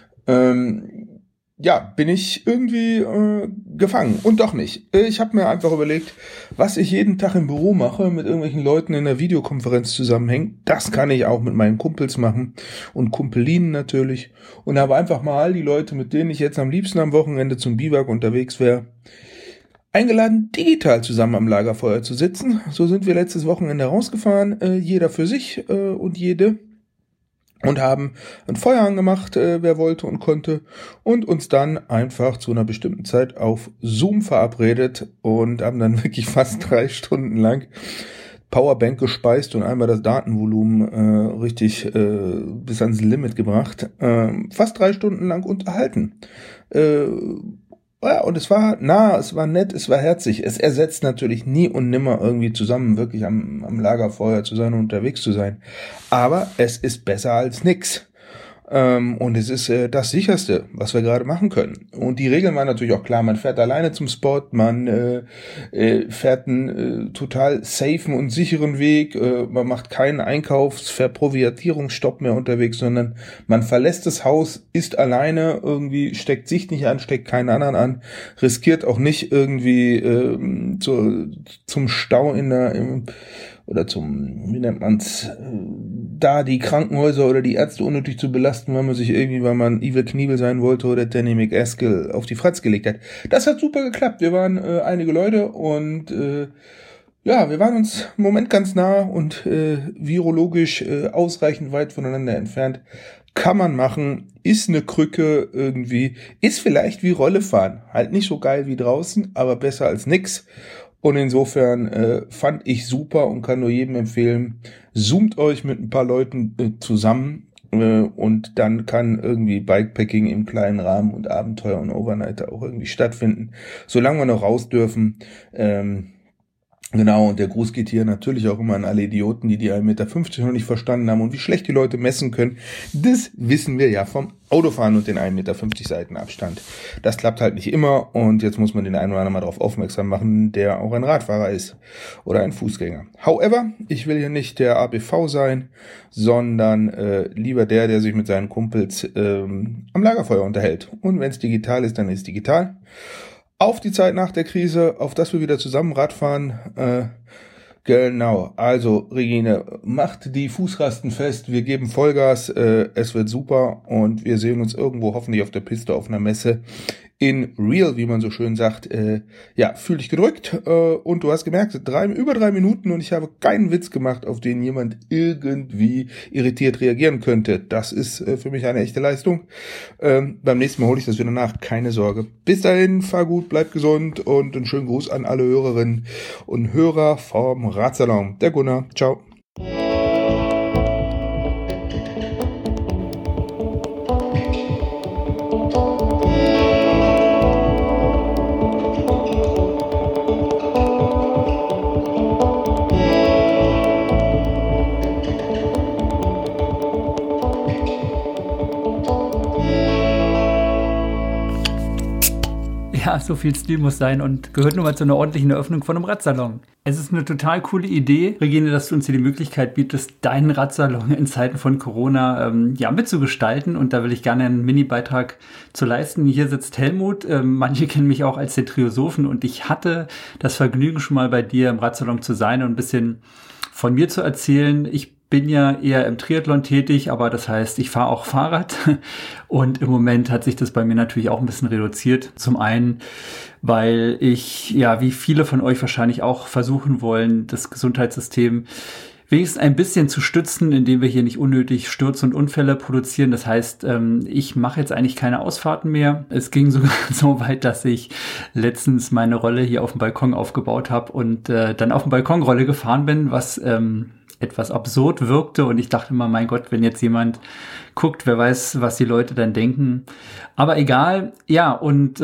bin ich irgendwie gefangen. Und doch nicht. Ich habe mir einfach überlegt, was ich jeden Tag im Büro mache, mit irgendwelchen Leuten in einer Videokonferenz zusammenhängen, das kann ich auch mit meinen Kumpels machen und Kumpelinen natürlich. Und habe einfach mal all die Leute, mit denen ich jetzt am liebsten am Wochenende zum Biwak unterwegs wäre, eingeladen, digital zusammen am Lagerfeuer zu sitzen. So sind wir letztes Wochenende rausgefahren, jeder für sich und jede. Und haben ein Feuer angemacht, wer wollte und konnte, und uns dann einfach zu einer bestimmten Zeit auf Zoom verabredet und haben dann wirklich fast 3 Stunden lang Powerbank gespeist und einmal das Datenvolumen richtig bis ans Limit gebracht. Fast 3 Stunden lang unterhalten. Ja, und es war nah, es war nett, es war herzig. Es ersetzt natürlich nie und nimmer irgendwie zusammen wirklich am Lagerfeuer zu sein und unterwegs zu sein. Aber es ist besser als nix. Und es ist das Sicherste, was wir gerade machen können. Und die Regeln waren natürlich auch klar. Man fährt alleine zum Spot, man fährt einen total safen und sicheren Weg. Man macht keinen Verproviantierungsstopp mehr unterwegs, sondern man verlässt das Haus, ist alleine, irgendwie steckt sich nicht an, steckt keinen anderen an, riskiert auch nicht irgendwie zum Stau oder wie nennt man's, da die Krankenhäuser oder die Ärzte unnötig zu belasten, weil man Evil Knievel sein wollte oder Danny McAskill auf die Fratz gelegt hat. Das hat super geklappt. Wir waren einige Leute und wir waren uns im Moment ganz nah und virologisch ausreichend weit voneinander entfernt. Kann man machen, ist eine Krücke irgendwie, ist vielleicht wie Rollefahren. Halt nicht so geil wie draußen, aber besser als nix. Und insofern fand ich super und kann nur jedem empfehlen, zoomt euch mit ein paar Leuten zusammen und dann kann irgendwie Bikepacking im kleinen Rahmen und Abenteuer und Overnighter auch irgendwie stattfinden, solange wir noch raus dürfen. Genau, und der Gruß geht hier natürlich auch immer an alle Idioten, die 1,50 Meter noch nicht verstanden haben und wie schlecht die Leute messen können. Das wissen wir ja vom Autofahren und den 1,50 Meter Seitenabstand. Das klappt halt nicht immer und jetzt muss man den einen oder anderen mal darauf aufmerksam machen, der auch ein Radfahrer ist oder ein Fußgänger. However, ich will hier nicht der ABV sein, sondern lieber der sich mit seinen Kumpels am Lagerfeuer unterhält. Und wenn es digital ist, dann ist es digital. Auf die Zeit nach der Krise, auf dass wir wieder zusammen Rad fahren. Genau, also Regine, macht die Fußrasten fest, wir geben Vollgas, es wird super und wir sehen uns irgendwo hoffentlich auf der Piste auf einer Messe in Real, wie man so schön sagt. Fühl dich gedrückt und du hast gemerkt, über 3 Minuten und ich habe keinen Witz gemacht, auf den jemand irgendwie irritiert reagieren könnte. Das ist für mich eine echte Leistung. Beim nächsten Mal hole ich das wieder nach, keine Sorge. Bis dahin, fahr gut, bleib gesund und einen schönen Gruß an alle Hörerinnen und Hörer vom Radsalon. Der Gunnar, ciao. Ja, so viel Stil muss sein und gehört nun mal zu einer ordentlichen Eröffnung von einem Radsalon. Es ist eine total coole Idee, Regine, dass du uns hier die Möglichkeit bietest, deinen Radsalon in Zeiten von Corona mitzugestalten. Und da will ich gerne einen Mini-Beitrag zu leisten. Hier sitzt Helmut. Manche kennen mich auch als den Triosophen und ich hatte das Vergnügen, schon mal bei dir im Radsalon zu sein und ein bisschen von mir zu erzählen. Ich bin ja eher im Triathlon tätig, aber das heißt, ich fahre auch Fahrrad und im Moment hat sich das bei mir natürlich auch ein bisschen reduziert. Zum einen, weil ich, wie viele von euch wahrscheinlich auch versuchen wollen, das Gesundheitssystem wenigstens ein bisschen zu stützen, indem wir hier nicht unnötig Stürze und Unfälle produzieren. Das heißt, ich mache jetzt eigentlich keine Ausfahrten mehr. Es ging sogar so weit, dass ich letztens meine Rolle hier auf dem Balkon aufgebaut habe und dann auf dem Balkon Rolle gefahren bin, was etwas absurd wirkte und ich dachte immer, mein Gott, wenn jetzt jemand guckt, wer weiß, was die Leute dann denken. Aber egal, und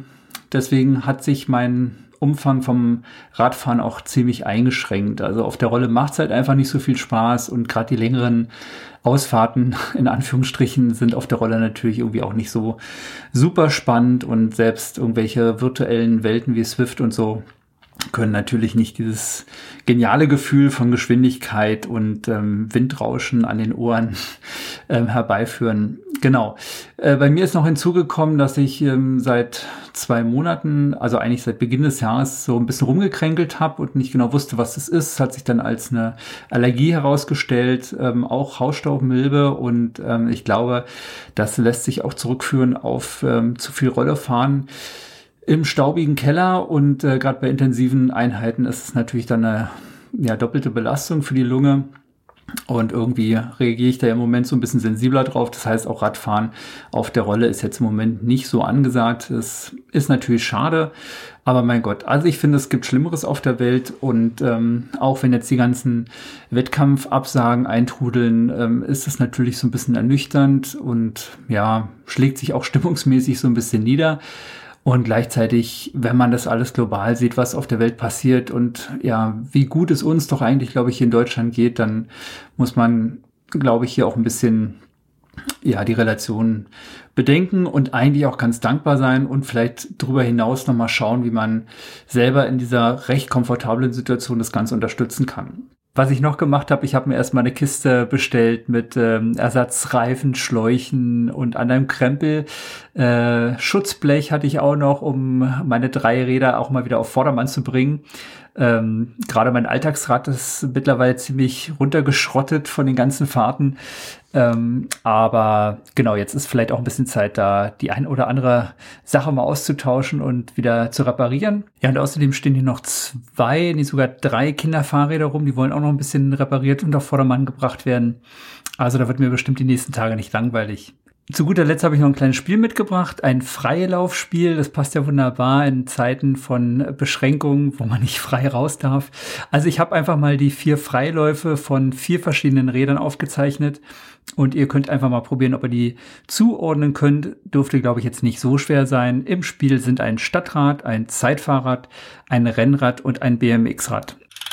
deswegen hat sich mein Umfang vom Radfahren auch ziemlich eingeschränkt. Also auf der Rolle macht es halt einfach nicht so viel Spaß und gerade die längeren Ausfahrten in Anführungsstrichen sind auf der Rolle natürlich irgendwie auch nicht so super spannend und selbst irgendwelche virtuellen Welten wie Swift und so können natürlich nicht dieses geniale Gefühl von Geschwindigkeit und Windrauschen an den Ohren herbeiführen. Genau. Bei mir ist noch hinzugekommen, dass ich seit 2 Monaten, also eigentlich seit Beginn des Jahres, so ein bisschen rumgekränkelt habe und nicht genau wusste, was das ist. Hat sich dann als eine Allergie herausgestellt, auch Hausstaubmilbe und ich glaube, das lässt sich auch zurückführen auf zu viel Rollefahren im staubigen Keller und gerade bei intensiven Einheiten ist es natürlich dann eine doppelte Belastung für die Lunge und irgendwie reagiere ich da im Moment so ein bisschen sensibler drauf. Das heißt, auch Radfahren auf der Rolle ist jetzt im Moment nicht so angesagt. Es ist natürlich schade, aber mein Gott, also ich finde, es gibt Schlimmeres auf der Welt und auch wenn jetzt die ganzen Wettkampfabsagen eintrudeln, ist es natürlich so ein bisschen ernüchternd und schlägt sich auch stimmungsmäßig so ein bisschen nieder. Und gleichzeitig, wenn man das alles global sieht, was auf der Welt passiert und ja, wie gut es uns doch eigentlich, glaube ich, hier in Deutschland geht, dann muss man, glaube ich, hier auch ein bisschen ja, die Relation bedenken und eigentlich auch ganz dankbar sein und vielleicht darüber hinaus nochmal schauen, wie man selber in dieser recht komfortablen Situation das Ganze unterstützen kann. Was ich noch gemacht habe, ich habe mir erstmal eine Kiste bestellt mit Ersatzreifen, Schläuchen und anderem Krempel. Schutzblech hatte ich auch noch, um meine 3 Räder auch mal wieder auf Vordermann zu bringen. Gerade mein Alltagsrad ist mittlerweile ziemlich runtergeschrottet von den ganzen Fahrten. Aber genau, jetzt ist vielleicht auch ein bisschen Zeit, da die ein oder andere Sache mal auszutauschen und wieder zu reparieren. Ja, und außerdem stehen hier noch 2, nee, sogar 3 Kinderfahrräder rum. Die wollen auch noch ein bisschen repariert und auf Vordermann gebracht werden. Also da wird mir bestimmt die nächsten Tage nicht langweilig. Zu guter Letzt habe ich noch ein kleines Spiel mitgebracht, ein Freilaufspiel. Das passt ja wunderbar in Zeiten von Beschränkungen, wo man nicht frei raus darf. Also ich habe einfach mal die 4 Freiläufe von 4 verschiedenen Rädern aufgezeichnet und ihr könnt einfach mal probieren, ob ihr die zuordnen könnt. Dürfte, glaube ich, jetzt nicht so schwer sein. Im Spiel sind ein Stadtrad, ein Zeitfahrrad, ein Rennrad und ein BMX-Rad.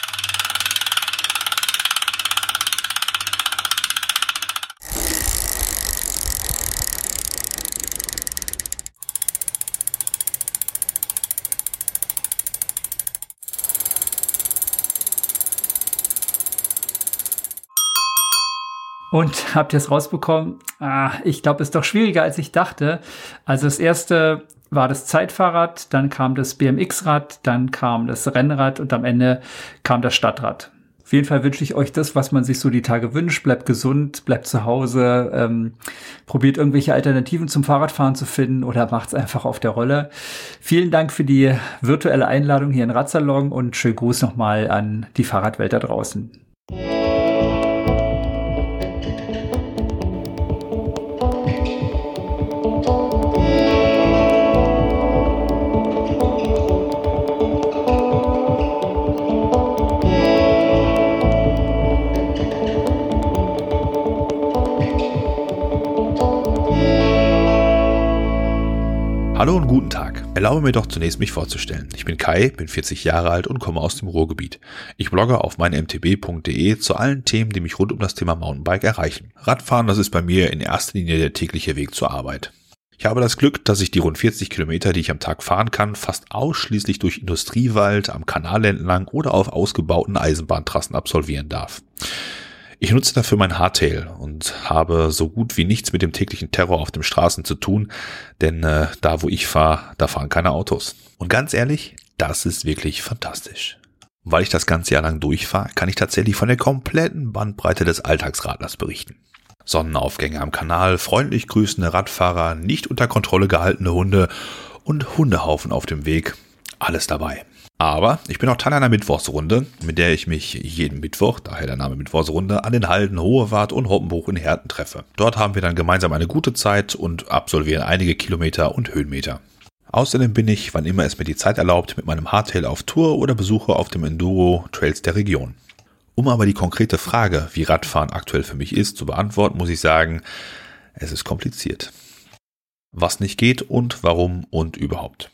Und habt ihr es rausbekommen? Ich glaube, es ist doch schwieriger, als ich dachte. Also das erste war das Zeitfahrrad, dann kam das BMX-Rad, dann kam das Rennrad und am Ende kam das Stadtrad. Auf jeden Fall wünsche ich euch das, was man sich so die Tage wünscht. Bleibt gesund, bleibt zu Hause, probiert irgendwelche Alternativen zum Fahrradfahren zu finden oder macht's einfach auf der Rolle. Vielen Dank für die virtuelle Einladung hier in Radsalon und schönen Gruß nochmal an die Fahrradwelt da draußen. Hallo und guten Tag. Erlaube mir doch zunächst mich vorzustellen. Ich bin Kai, bin 40 Jahre alt und komme aus dem Ruhrgebiet. Ich blogge auf meinmtb.de zu allen Themen, die mich rund um das Thema Mountainbike erreichen. Radfahren, das ist bei mir in erster Linie der tägliche Weg zur Arbeit. Ich habe das Glück, dass ich die rund 40 Kilometer, die ich am Tag fahren kann, fast ausschließlich durch Industriewald, am Kanal entlang oder auf ausgebauten Eisenbahntrassen absolvieren darf. Ich nutze dafür mein Hardtail und habe so gut wie nichts mit dem täglichen Terror auf den Straßen zu tun, denn da wo ich fahre, da fahren keine Autos. Und ganz ehrlich, das ist wirklich fantastisch. Weil ich das ganze Jahr lang durchfahre, kann ich tatsächlich von der kompletten Bandbreite des Alltagsradlers berichten. Sonnenaufgänge am Kanal, freundlich grüßende Radfahrer, nicht unter Kontrolle gehaltene Hunde und Hundehaufen auf dem Weg, alles dabei. Aber ich bin auch Teil einer Mittwochsrunde, mit der ich mich jeden Mittwoch, daher der Name Mittwochsrunde, an den Halden Hohewart und Hoppenbruch in Herten treffe. Dort haben wir dann gemeinsam eine gute Zeit und absolvieren einige Kilometer und Höhenmeter. Außerdem bin ich, wann immer es mir die Zeit erlaubt, mit meinem Hardtail auf Tour oder besuche auf dem Enduro Trails der Region. Um aber die konkrete Frage, wie Radfahren aktuell für mich ist, zu beantworten, muss ich sagen, es ist kompliziert. Was nicht geht und warum und überhaupt.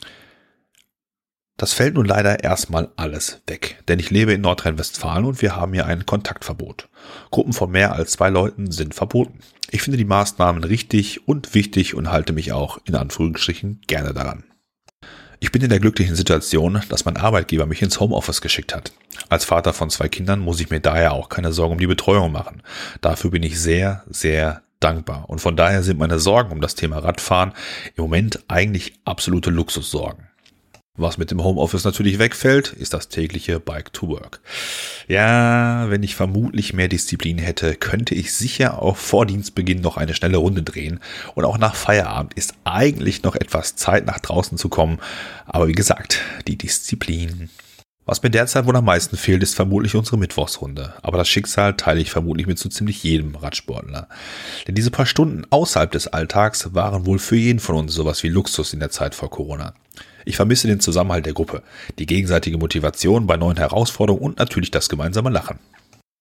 Das fällt nun leider erstmal alles weg, denn ich lebe in Nordrhein-Westfalen und wir haben hier ein Kontaktverbot. Gruppen von mehr als 2 Leuten sind verboten. Ich finde die Maßnahmen richtig und wichtig und halte mich auch in Anführungsstrichen gerne daran. Ich bin in der glücklichen Situation, dass mein Arbeitgeber mich ins Homeoffice geschickt hat. Als Vater von 2 Kindern muss ich mir daher auch keine Sorgen um die Betreuung machen. Dafür bin ich sehr, sehr dankbar und von daher sind meine Sorgen um das Thema Radfahren im Moment eigentlich absolute Luxussorgen. Was mit dem Homeoffice natürlich wegfällt, ist das tägliche Bike to Work. Ja, wenn ich vermutlich mehr Disziplin hätte, könnte ich sicher auch vor Dienstbeginn noch eine schnelle Runde drehen. Und auch nach Feierabend ist eigentlich noch etwas Zeit, nach draußen zu kommen. Aber wie gesagt, die Disziplin. Was mir derzeit wohl am meisten fehlt, ist vermutlich unsere Mittwochsrunde. Aber das Schicksal teile ich vermutlich mit so ziemlich jedem Radsportler. Denn diese paar Stunden außerhalb des Alltags waren wohl für jeden von uns sowas wie Luxus in der Zeit vor Corona. Ich vermisse den Zusammenhalt der Gruppe, die gegenseitige Motivation bei neuen Herausforderungen und natürlich das gemeinsame Lachen.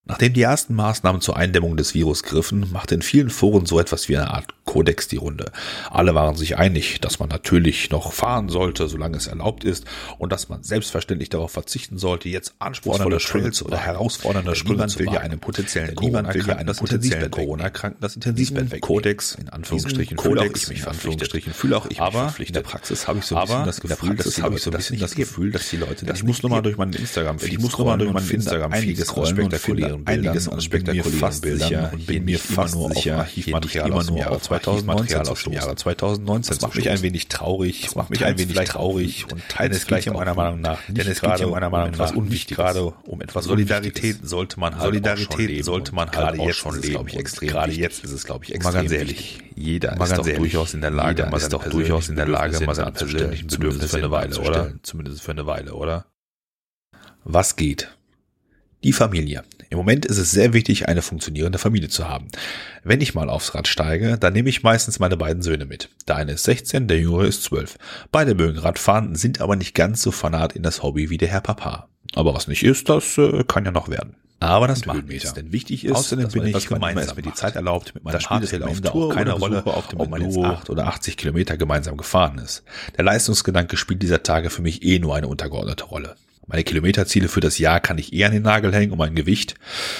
Nachdem die ersten Maßnahmen zur Eindämmung des Virus griffen, machte in vielen Foren so etwas wie eine Art Kodex die Runde. Alle waren sich einig, dass man natürlich noch fahren sollte, solange es erlaubt ist, und dass man selbstverständlich darauf verzichten sollte, jetzt anspruchsvolle Trails oder herausfordernde Sprünge zu wagen. Einen potenziellen Corona-Kranken das Intensivbett weg. Kodex, in Anführungsstrichen, fühle auch ich mich verpflichtet. Aber in der Praxis habe ich so ein bisschen das Gefühl, dass die Leute das muss nochmal durch meinen Instagram-Feed scrollen und finde einiges an spektakulären Bildern und bin mir fast nur auf Archivmaterial aus dem Jahre 2019. Das macht mich ein wenig traurig und teilt es gleich meiner Meinung nach nicht gerade um etwas Unwichtiges. Um etwas Solidarität sollte man halt auch schon leben. Gerade jetzt ist es, glaube ich, extrem wichtig. Jeder ist doch durchaus in der Lage, mal seine persönlichen Bedürfnisse für eine Weile, oder? Zumindest für eine Weile, oder? Was geht? Die Familie. Im Moment ist es sehr wichtig, eine funktionierende Familie zu haben. Wenn ich mal aufs Rad steige, dann nehme ich meistens meine beiden Söhne mit. Der eine ist 16, der jüngere ist 12. Beide mögen Radfahren, sind aber nicht ganz so fanat in das Hobby wie der Herr Papa. Aber was nicht ist, das kann ja noch werden. Aber das machen wir, denn wichtig ist, außerdem bin ich gemeinsam mir die Zeit erlaubt, mit meinem Hardtail auf Tour keine Rolle, ob man jetzt 8 oder 80 Kilometer gemeinsam gefahren ist. Der Leistungsgedanke spielt dieser Tage für mich nur eine untergeordnete Rolle. Meine Kilometerziele für das Jahr kann ich eher an den Nagel hängen, mein Gewicht.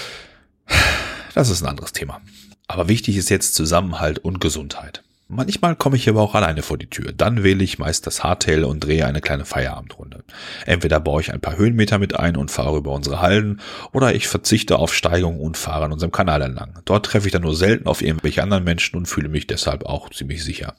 Das ist ein anderes Thema. Aber wichtig ist jetzt Zusammenhalt und Gesundheit. Manchmal komme ich aber auch alleine vor die Tür. Dann wähle ich meist das Hardtail und drehe eine kleine Feierabendrunde. Entweder baue ich ein paar Höhenmeter mit ein und fahre über unsere Halden, oder ich verzichte auf Steigung und fahre an unserem Kanal entlang. Dort treffe ich dann nur selten auf irgendwelche anderen Menschen und fühle mich deshalb auch ziemlich sicher.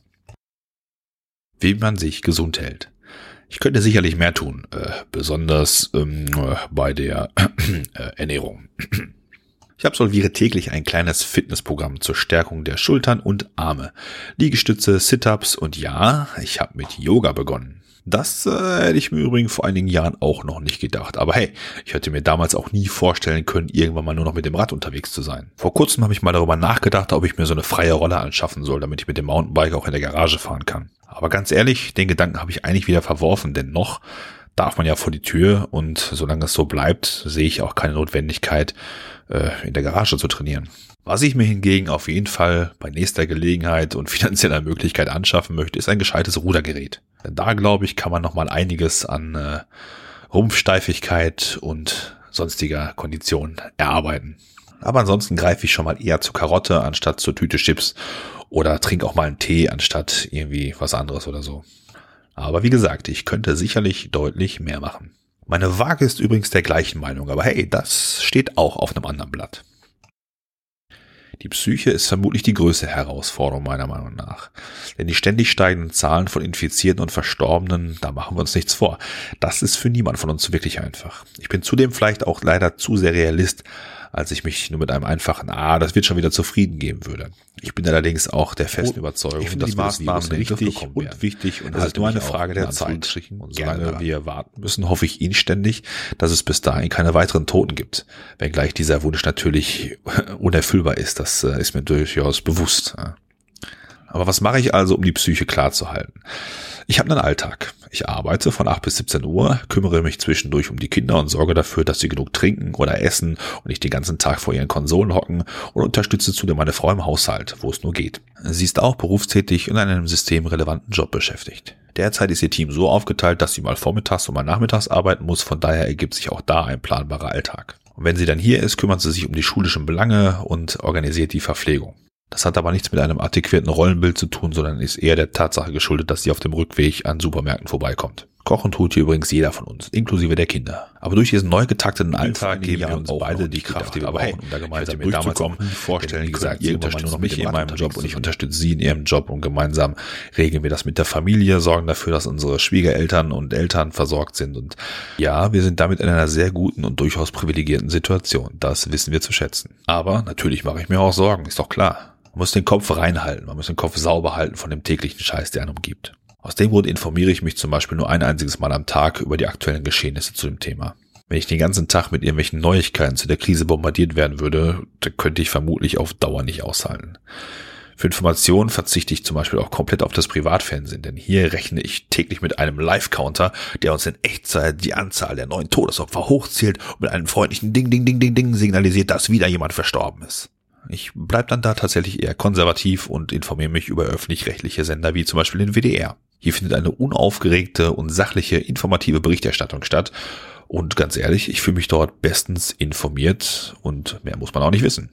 Wie man sich gesund hält. Ich könnte sicherlich mehr tun, besonders bei der Ernährung. Ich absolviere täglich ein kleines Fitnessprogramm zur Stärkung der Schultern und Arme, Liegestütze, Sit-Ups und ja, ich habe mit Yoga begonnen. Das hätte ich mir übrigens vor einigen Jahren auch noch nicht gedacht. Aber hey, ich hätte mir damals auch nie vorstellen können, irgendwann mal nur noch mit dem Rad unterwegs zu sein. Vor kurzem habe ich mal darüber nachgedacht, ob ich mir so eine freie Rolle anschaffen soll, damit ich mit dem Mountainbike auch in der Garage fahren kann. Aber ganz ehrlich, den Gedanken habe ich eigentlich wieder verworfen, denn noch darf man ja vor die Tür und solange es so bleibt, sehe ich auch keine Notwendigkeit, in der Garage zu trainieren. Was ich mir hingegen auf jeden Fall bei nächster Gelegenheit und finanzieller Möglichkeit anschaffen möchte, ist ein gescheites Rudergerät. Denn da, glaube ich, kann man nochmal einiges an Rumpfsteifigkeit und sonstiger Kondition erarbeiten. Aber ansonsten greife ich schon mal eher zur Karotte anstatt zur Tüte Chips oder trinke auch mal einen Tee anstatt irgendwie was anderes oder so. Aber wie gesagt, ich könnte sicherlich deutlich mehr machen. Meine Waage ist übrigens der gleichen Meinung, aber hey, das steht auch auf einem anderen Blatt. Die Psyche ist vermutlich die größte Herausforderung meiner Meinung nach. Denn die ständig steigenden Zahlen von Infizierten und Verstorbenen, da machen wir uns nichts vor. Das ist für niemand von uns wirklich einfach. Ich bin zudem vielleicht auch leider zu sehr Realist, als ich mich nur mit einem einfachen das wird schon wieder zufrieden geben würde. Ich bin allerdings auch der festen Überzeugung, dass die Maßnahmen richtig und wichtig und es ist nur eine Frage der Zeit. Und solange wir warten müssen, hoffe ich inständig, dass es bis dahin keine weiteren Toten gibt. Wenngleich dieser Wunsch natürlich unerfüllbar ist, das ist mir durchaus bewusst. Aber was mache ich also, um die Psyche klar zu halten? Ich habe einen Alltag. Ich arbeite von 8 bis 17 Uhr, kümmere mich zwischendurch um die Kinder und sorge dafür, dass sie genug trinken oder essen und nicht den ganzen Tag vor ihren Konsolen hocken und unterstütze zudem meine Frau im Haushalt, wo es nur geht. Sie ist auch berufstätig und in einem systemrelevanten Job beschäftigt. Derzeit ist ihr Team so aufgeteilt, dass sie mal vormittags und mal nachmittags arbeiten muss, von daher ergibt sich auch da ein planbarer Alltag. Und wenn sie dann hier ist, kümmert sie sich um die schulischen Belange und organisiert die Verpflegung. Das hat aber nichts mit einem artikulierten Rollenbild zu tun, sondern ist eher der Tatsache geschuldet, dass sie auf dem Rückweg an Supermärkten vorbeikommt. Kochen tut hier übrigens jeder von uns, inklusive der Kinder. Aber durch diesen neu getakteten Alltag geben wir uns beide die Kraft, die wir brauchen, um da gemeinsam durchzukommen. Vorstellen, wie gesagt, sie unterstützt nur noch mich in meinem Job und ich unterstütze sie in ihrem Job und gemeinsam regeln wir das mit der Familie, sorgen dafür, dass unsere Schwiegereltern und Eltern versorgt sind und ja, wir sind damit in einer sehr guten und durchaus privilegierten Situation. Das wissen wir zu schätzen. Aber natürlich mache ich mir auch Sorgen, ist doch klar. Man muss den Kopf reinhalten, man muss den Kopf sauber halten von dem täglichen Scheiß, der einen umgibt. Aus dem Grund informiere ich mich zum Beispiel nur ein einziges Mal am Tag über die aktuellen Geschehnisse zu dem Thema. Wenn ich den ganzen Tag mit irgendwelchen Neuigkeiten zu der Krise bombardiert werden würde, dann könnte ich vermutlich auf Dauer nicht aushalten. Für Informationen verzichte ich zum Beispiel auch komplett auf das Privatfernsehen, denn hier rechne ich täglich mit einem Live-Counter, der uns in Echtzeit die Anzahl der neuen Todesopfer hochzählt und mit einem freundlichen Ding, Ding, Ding, Ding, Ding signalisiert, dass wieder jemand verstorben ist. Ich bleib dann da tatsächlich eher konservativ und informiere mich über öffentlich-rechtliche Sender wie zum Beispiel den WDR. Hier findet eine unaufgeregte und sachliche, informative Berichterstattung statt. Und ganz ehrlich, ich fühle mich dort bestens informiert und mehr muss man auch nicht wissen.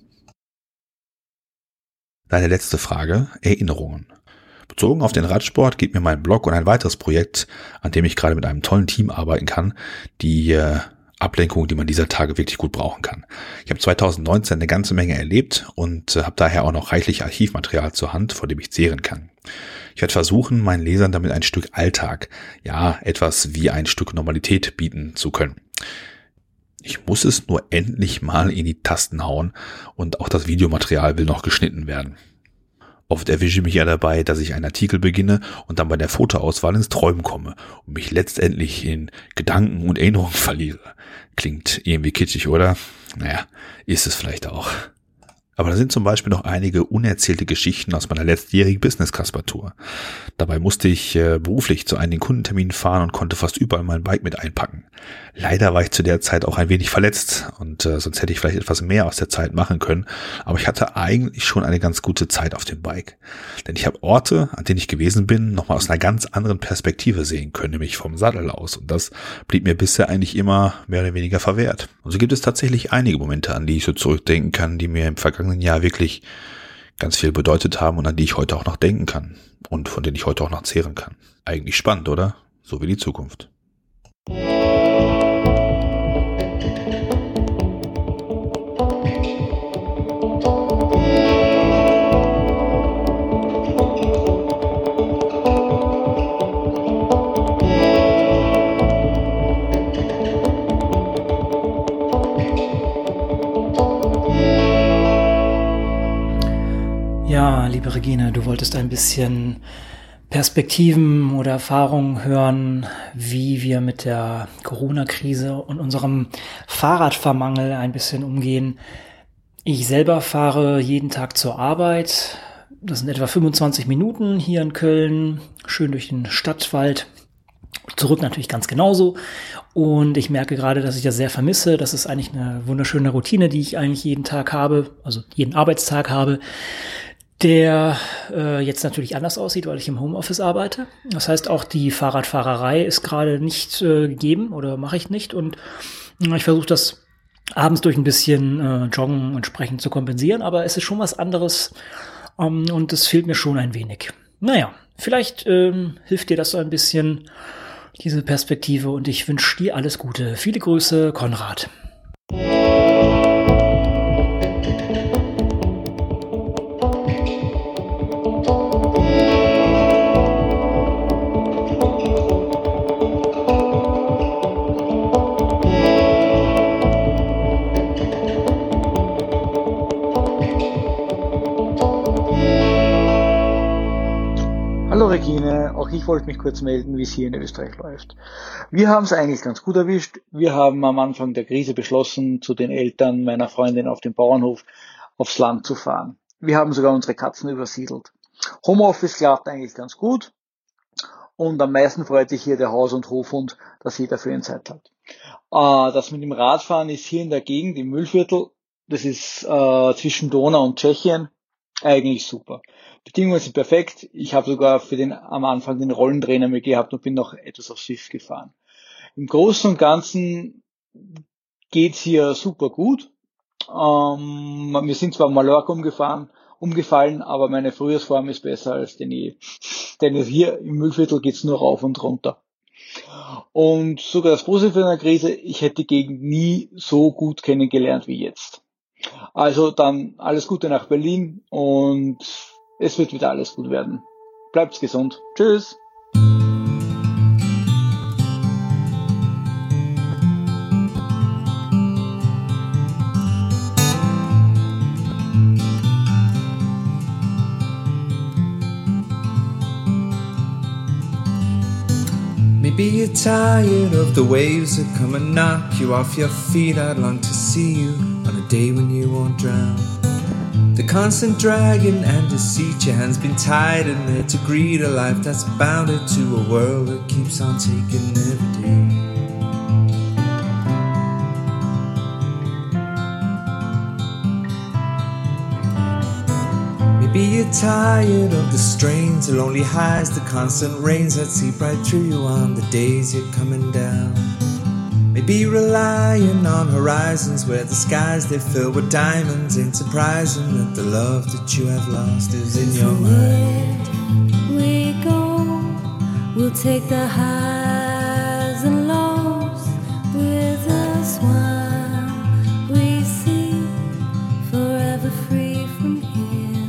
Deine letzte Frage, Erinnerungen. Bezogen auf den Radsport geht mir mein Blog und ein weiteres Projekt, an dem ich gerade mit einem tollen Team arbeiten kann, die Ablenkung, die man dieser Tage wirklich gut brauchen kann. Ich habe 2019 eine ganze Menge erlebt und habe daher auch noch reichlich Archivmaterial zur Hand, von dem ich zehren kann. Ich werde versuchen, meinen Lesern damit ein Stück Alltag, ja, etwas wie ein Stück Normalität bieten zu können. Ich muss es nur endlich mal in die Tasten hauen und auch das Videomaterial will noch geschnitten werden. Oft erwische ich mich ja dabei, dass ich einen Artikel beginne und dann bei der Fotoauswahl ins Träumen komme und mich letztendlich in Gedanken und Erinnerungen verliere. Klingt irgendwie kitschig, oder? Naja, ist es vielleicht auch. Aber da sind zum Beispiel noch einige unerzählte Geschichten aus meiner letztjährigen Business-Kasper-Tour. Dabei musste ich beruflich zu einigen Kundenterminen fahren und konnte fast überall mein Bike mit einpacken. Leider war ich zu der Zeit auch ein wenig verletzt und sonst hätte ich vielleicht etwas mehr aus der Zeit machen können. Aber ich hatte eigentlich schon eine ganz gute Zeit auf dem Bike. Denn ich habe Orte, an denen ich gewesen bin, nochmal aus einer ganz anderen Perspektive sehen können, nämlich vom Sattel aus. Und das blieb mir bisher eigentlich immer mehr oder weniger verwehrt. Und so gibt es tatsächlich einige Momente, an die ich so zurückdenken kann, die mir im vergangenen Jahr wirklich ganz viel bedeutet haben und an die ich heute auch noch denken kann und von denen ich heute auch noch zehren kann. Eigentlich spannend, oder? So wie die Zukunft. Ja, liebe Regine, du wolltest ein bisschen Perspektiven oder Erfahrungen hören, wie wir mit der Corona-Krise und unserem Fahrradfahrmangel ein bisschen umgehen. Ich selber fahre jeden Tag zur Arbeit. Das sind etwa 25 Minuten hier in Köln, schön durch den Stadtwald. Zurück natürlich ganz genauso. Und ich merke gerade, dass ich das sehr vermisse. Das ist eigentlich eine wunderschöne Routine, die ich eigentlich jeden Tag habe, also jeden Arbeitstag habe, der jetzt natürlich anders aussieht, weil ich im Homeoffice arbeite. Das heißt, auch die Fahrradfahrerei ist gerade nicht gegeben oder mache ich nicht. Und ich versuche das abends durch ein bisschen Joggen und Sprechen zu kompensieren. Aber es ist schon was anderes und es fehlt mir schon ein wenig. Naja, vielleicht hilft dir das so ein bisschen, diese Perspektive. Und ich wünsche dir alles Gute. Viele Grüße, Konrad. Hallo Regine, auch ich wollte mich kurz melden, wie es hier in Österreich läuft. Wir haben es eigentlich ganz gut erwischt. Wir haben am Anfang der Krise beschlossen, zu den Eltern meiner Freundin auf dem Bauernhof aufs Land zu fahren. Wir haben sogar unsere Katzen übersiedelt. Homeoffice klappt eigentlich ganz gut und am meisten freut sich hier der Haus- und Hofhund, dass jeder für ihn Zeit hat. Das mit dem Radfahren ist hier in der Gegend, im Mühlviertel, das ist zwischen Donau und Tschechien, eigentlich super. Bedingungen sind perfekt. Ich habe sogar am Anfang den Rollentrainer mit gehabt und bin noch etwas auf Swift gefahren. Im Großen und Ganzen geht's hier super gut. Wir sind zwar Mallorca umgefallen, aber meine Frühjahrsform ist besser als denn je. Denn hier im Mühlviertel geht's nur rauf und runter. Und sogar das Positive in der Krise, ich hätte die Gegend nie so gut kennengelernt wie jetzt. Also dann alles Gute nach Berlin und es wird wieder alles gut werden. Bleibt gesund. Tschüss. Maybe you're tired of the waves that come and knock you off your feet. I'd long to see you on a day when you won't drown. The constant dragging and deceit, your hands been tied in there to greet a life that's bounded to a world that keeps on taking every day. Maybe you're tired of the strains, the lonely highs, the constant rains that seep right through you on the days you're coming down. Maybe relying on horizons where the skies they fill with diamonds. Ain't surprising that the love that you have lost is in your mind. We go, we'll take the highs and lows with us while we see, forever free from here.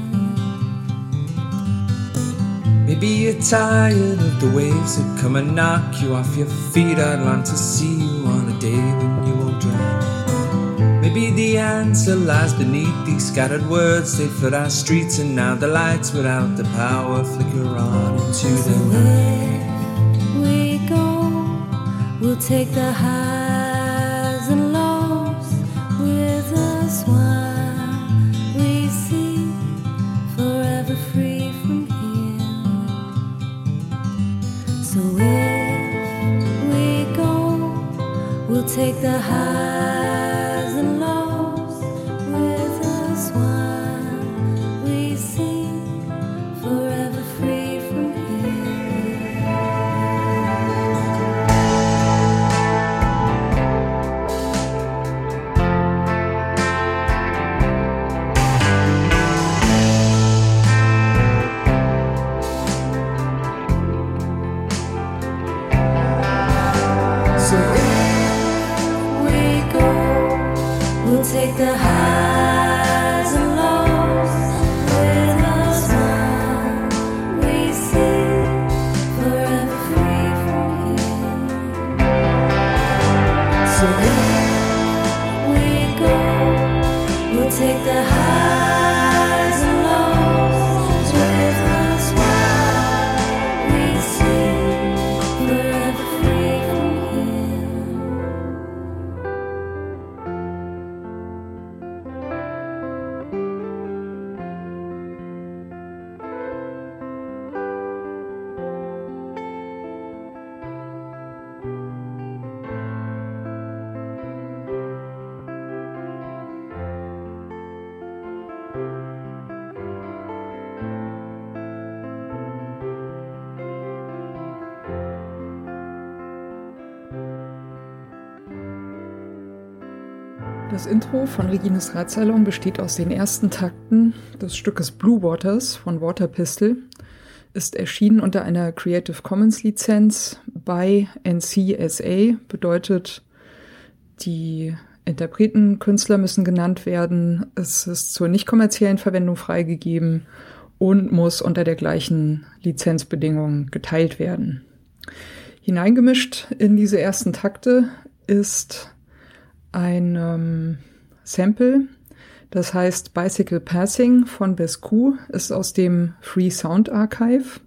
Maybe you're tired of the waves that come and knock you off your feet. I'd want to see you on a day when you won't drown. Maybe the answer lies beneath these scattered words. They flood our streets and now the lights without the power flicker on into the night. We go, we'll take the highs and lows with us while we see, forever free from here. So if we go, we'll take the highs and lows with us while we sing, forever free from take the highs and lows with us while we sing, forever free from here. So if we go, we'll take the highs and lows with us while we sing, forever free from here. Das Intro von Regines Radsalon besteht aus den ersten Takten des Stückes Blue Waters von Water Pistol, ist erschienen unter einer Creative Commons Lizenz bei NCSA, bedeutet, die Interpreten, Künstler müssen genannt werden, es ist zur nicht kommerziellen Verwendung freigegeben und muss unter der gleichen Lizenzbedingung geteilt werden. Hineingemischt in diese ersten Takte ist ein Sample, das heißt Bicycle Passing von Bescu, ist aus dem Free Sound Archive.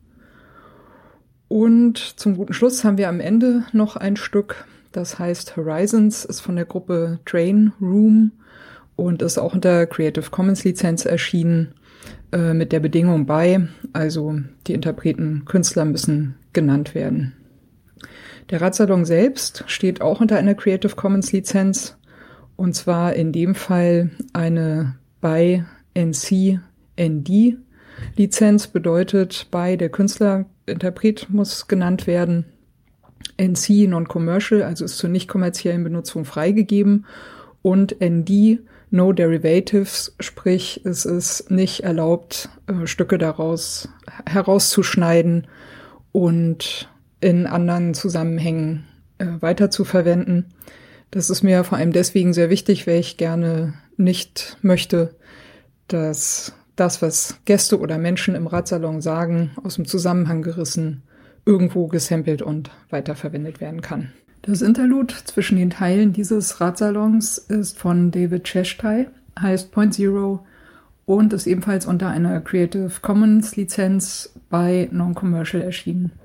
Und zum guten Schluss haben wir am Ende noch ein Stück, das heißt Horizons, ist von der Gruppe Train Room und ist auch unter Creative Commons Lizenz erschienen, mit der Bedingung bei, also die Interpreten, Künstler müssen genannt werden. Der Radsalon selbst steht auch unter einer Creative Commons Lizenz, und zwar in dem Fall eine bei NC-ND Lizenz, bedeutet bei der Künstler, Interpret muss genannt werden, NC Non-Commercial, also ist zur nicht kommerziellen Benutzung freigegeben, und ND No Derivatives, sprich es ist nicht erlaubt, Stücke daraus herauszuschneiden und in anderen Zusammenhängen weiter zu verwenden. Das ist mir vor allem deswegen sehr wichtig, weil ich gerne nicht möchte, dass das, was Gäste oder Menschen im Radsalon sagen, aus dem Zusammenhang gerissen, irgendwo gesampelt und weiterverwendet werden kann. Das Interlude zwischen den Teilen dieses Radsalons ist von David Cheshtai, heißt Point Zero und ist ebenfalls unter einer Creative Commons Lizenz bei Non-Commercial erschienen.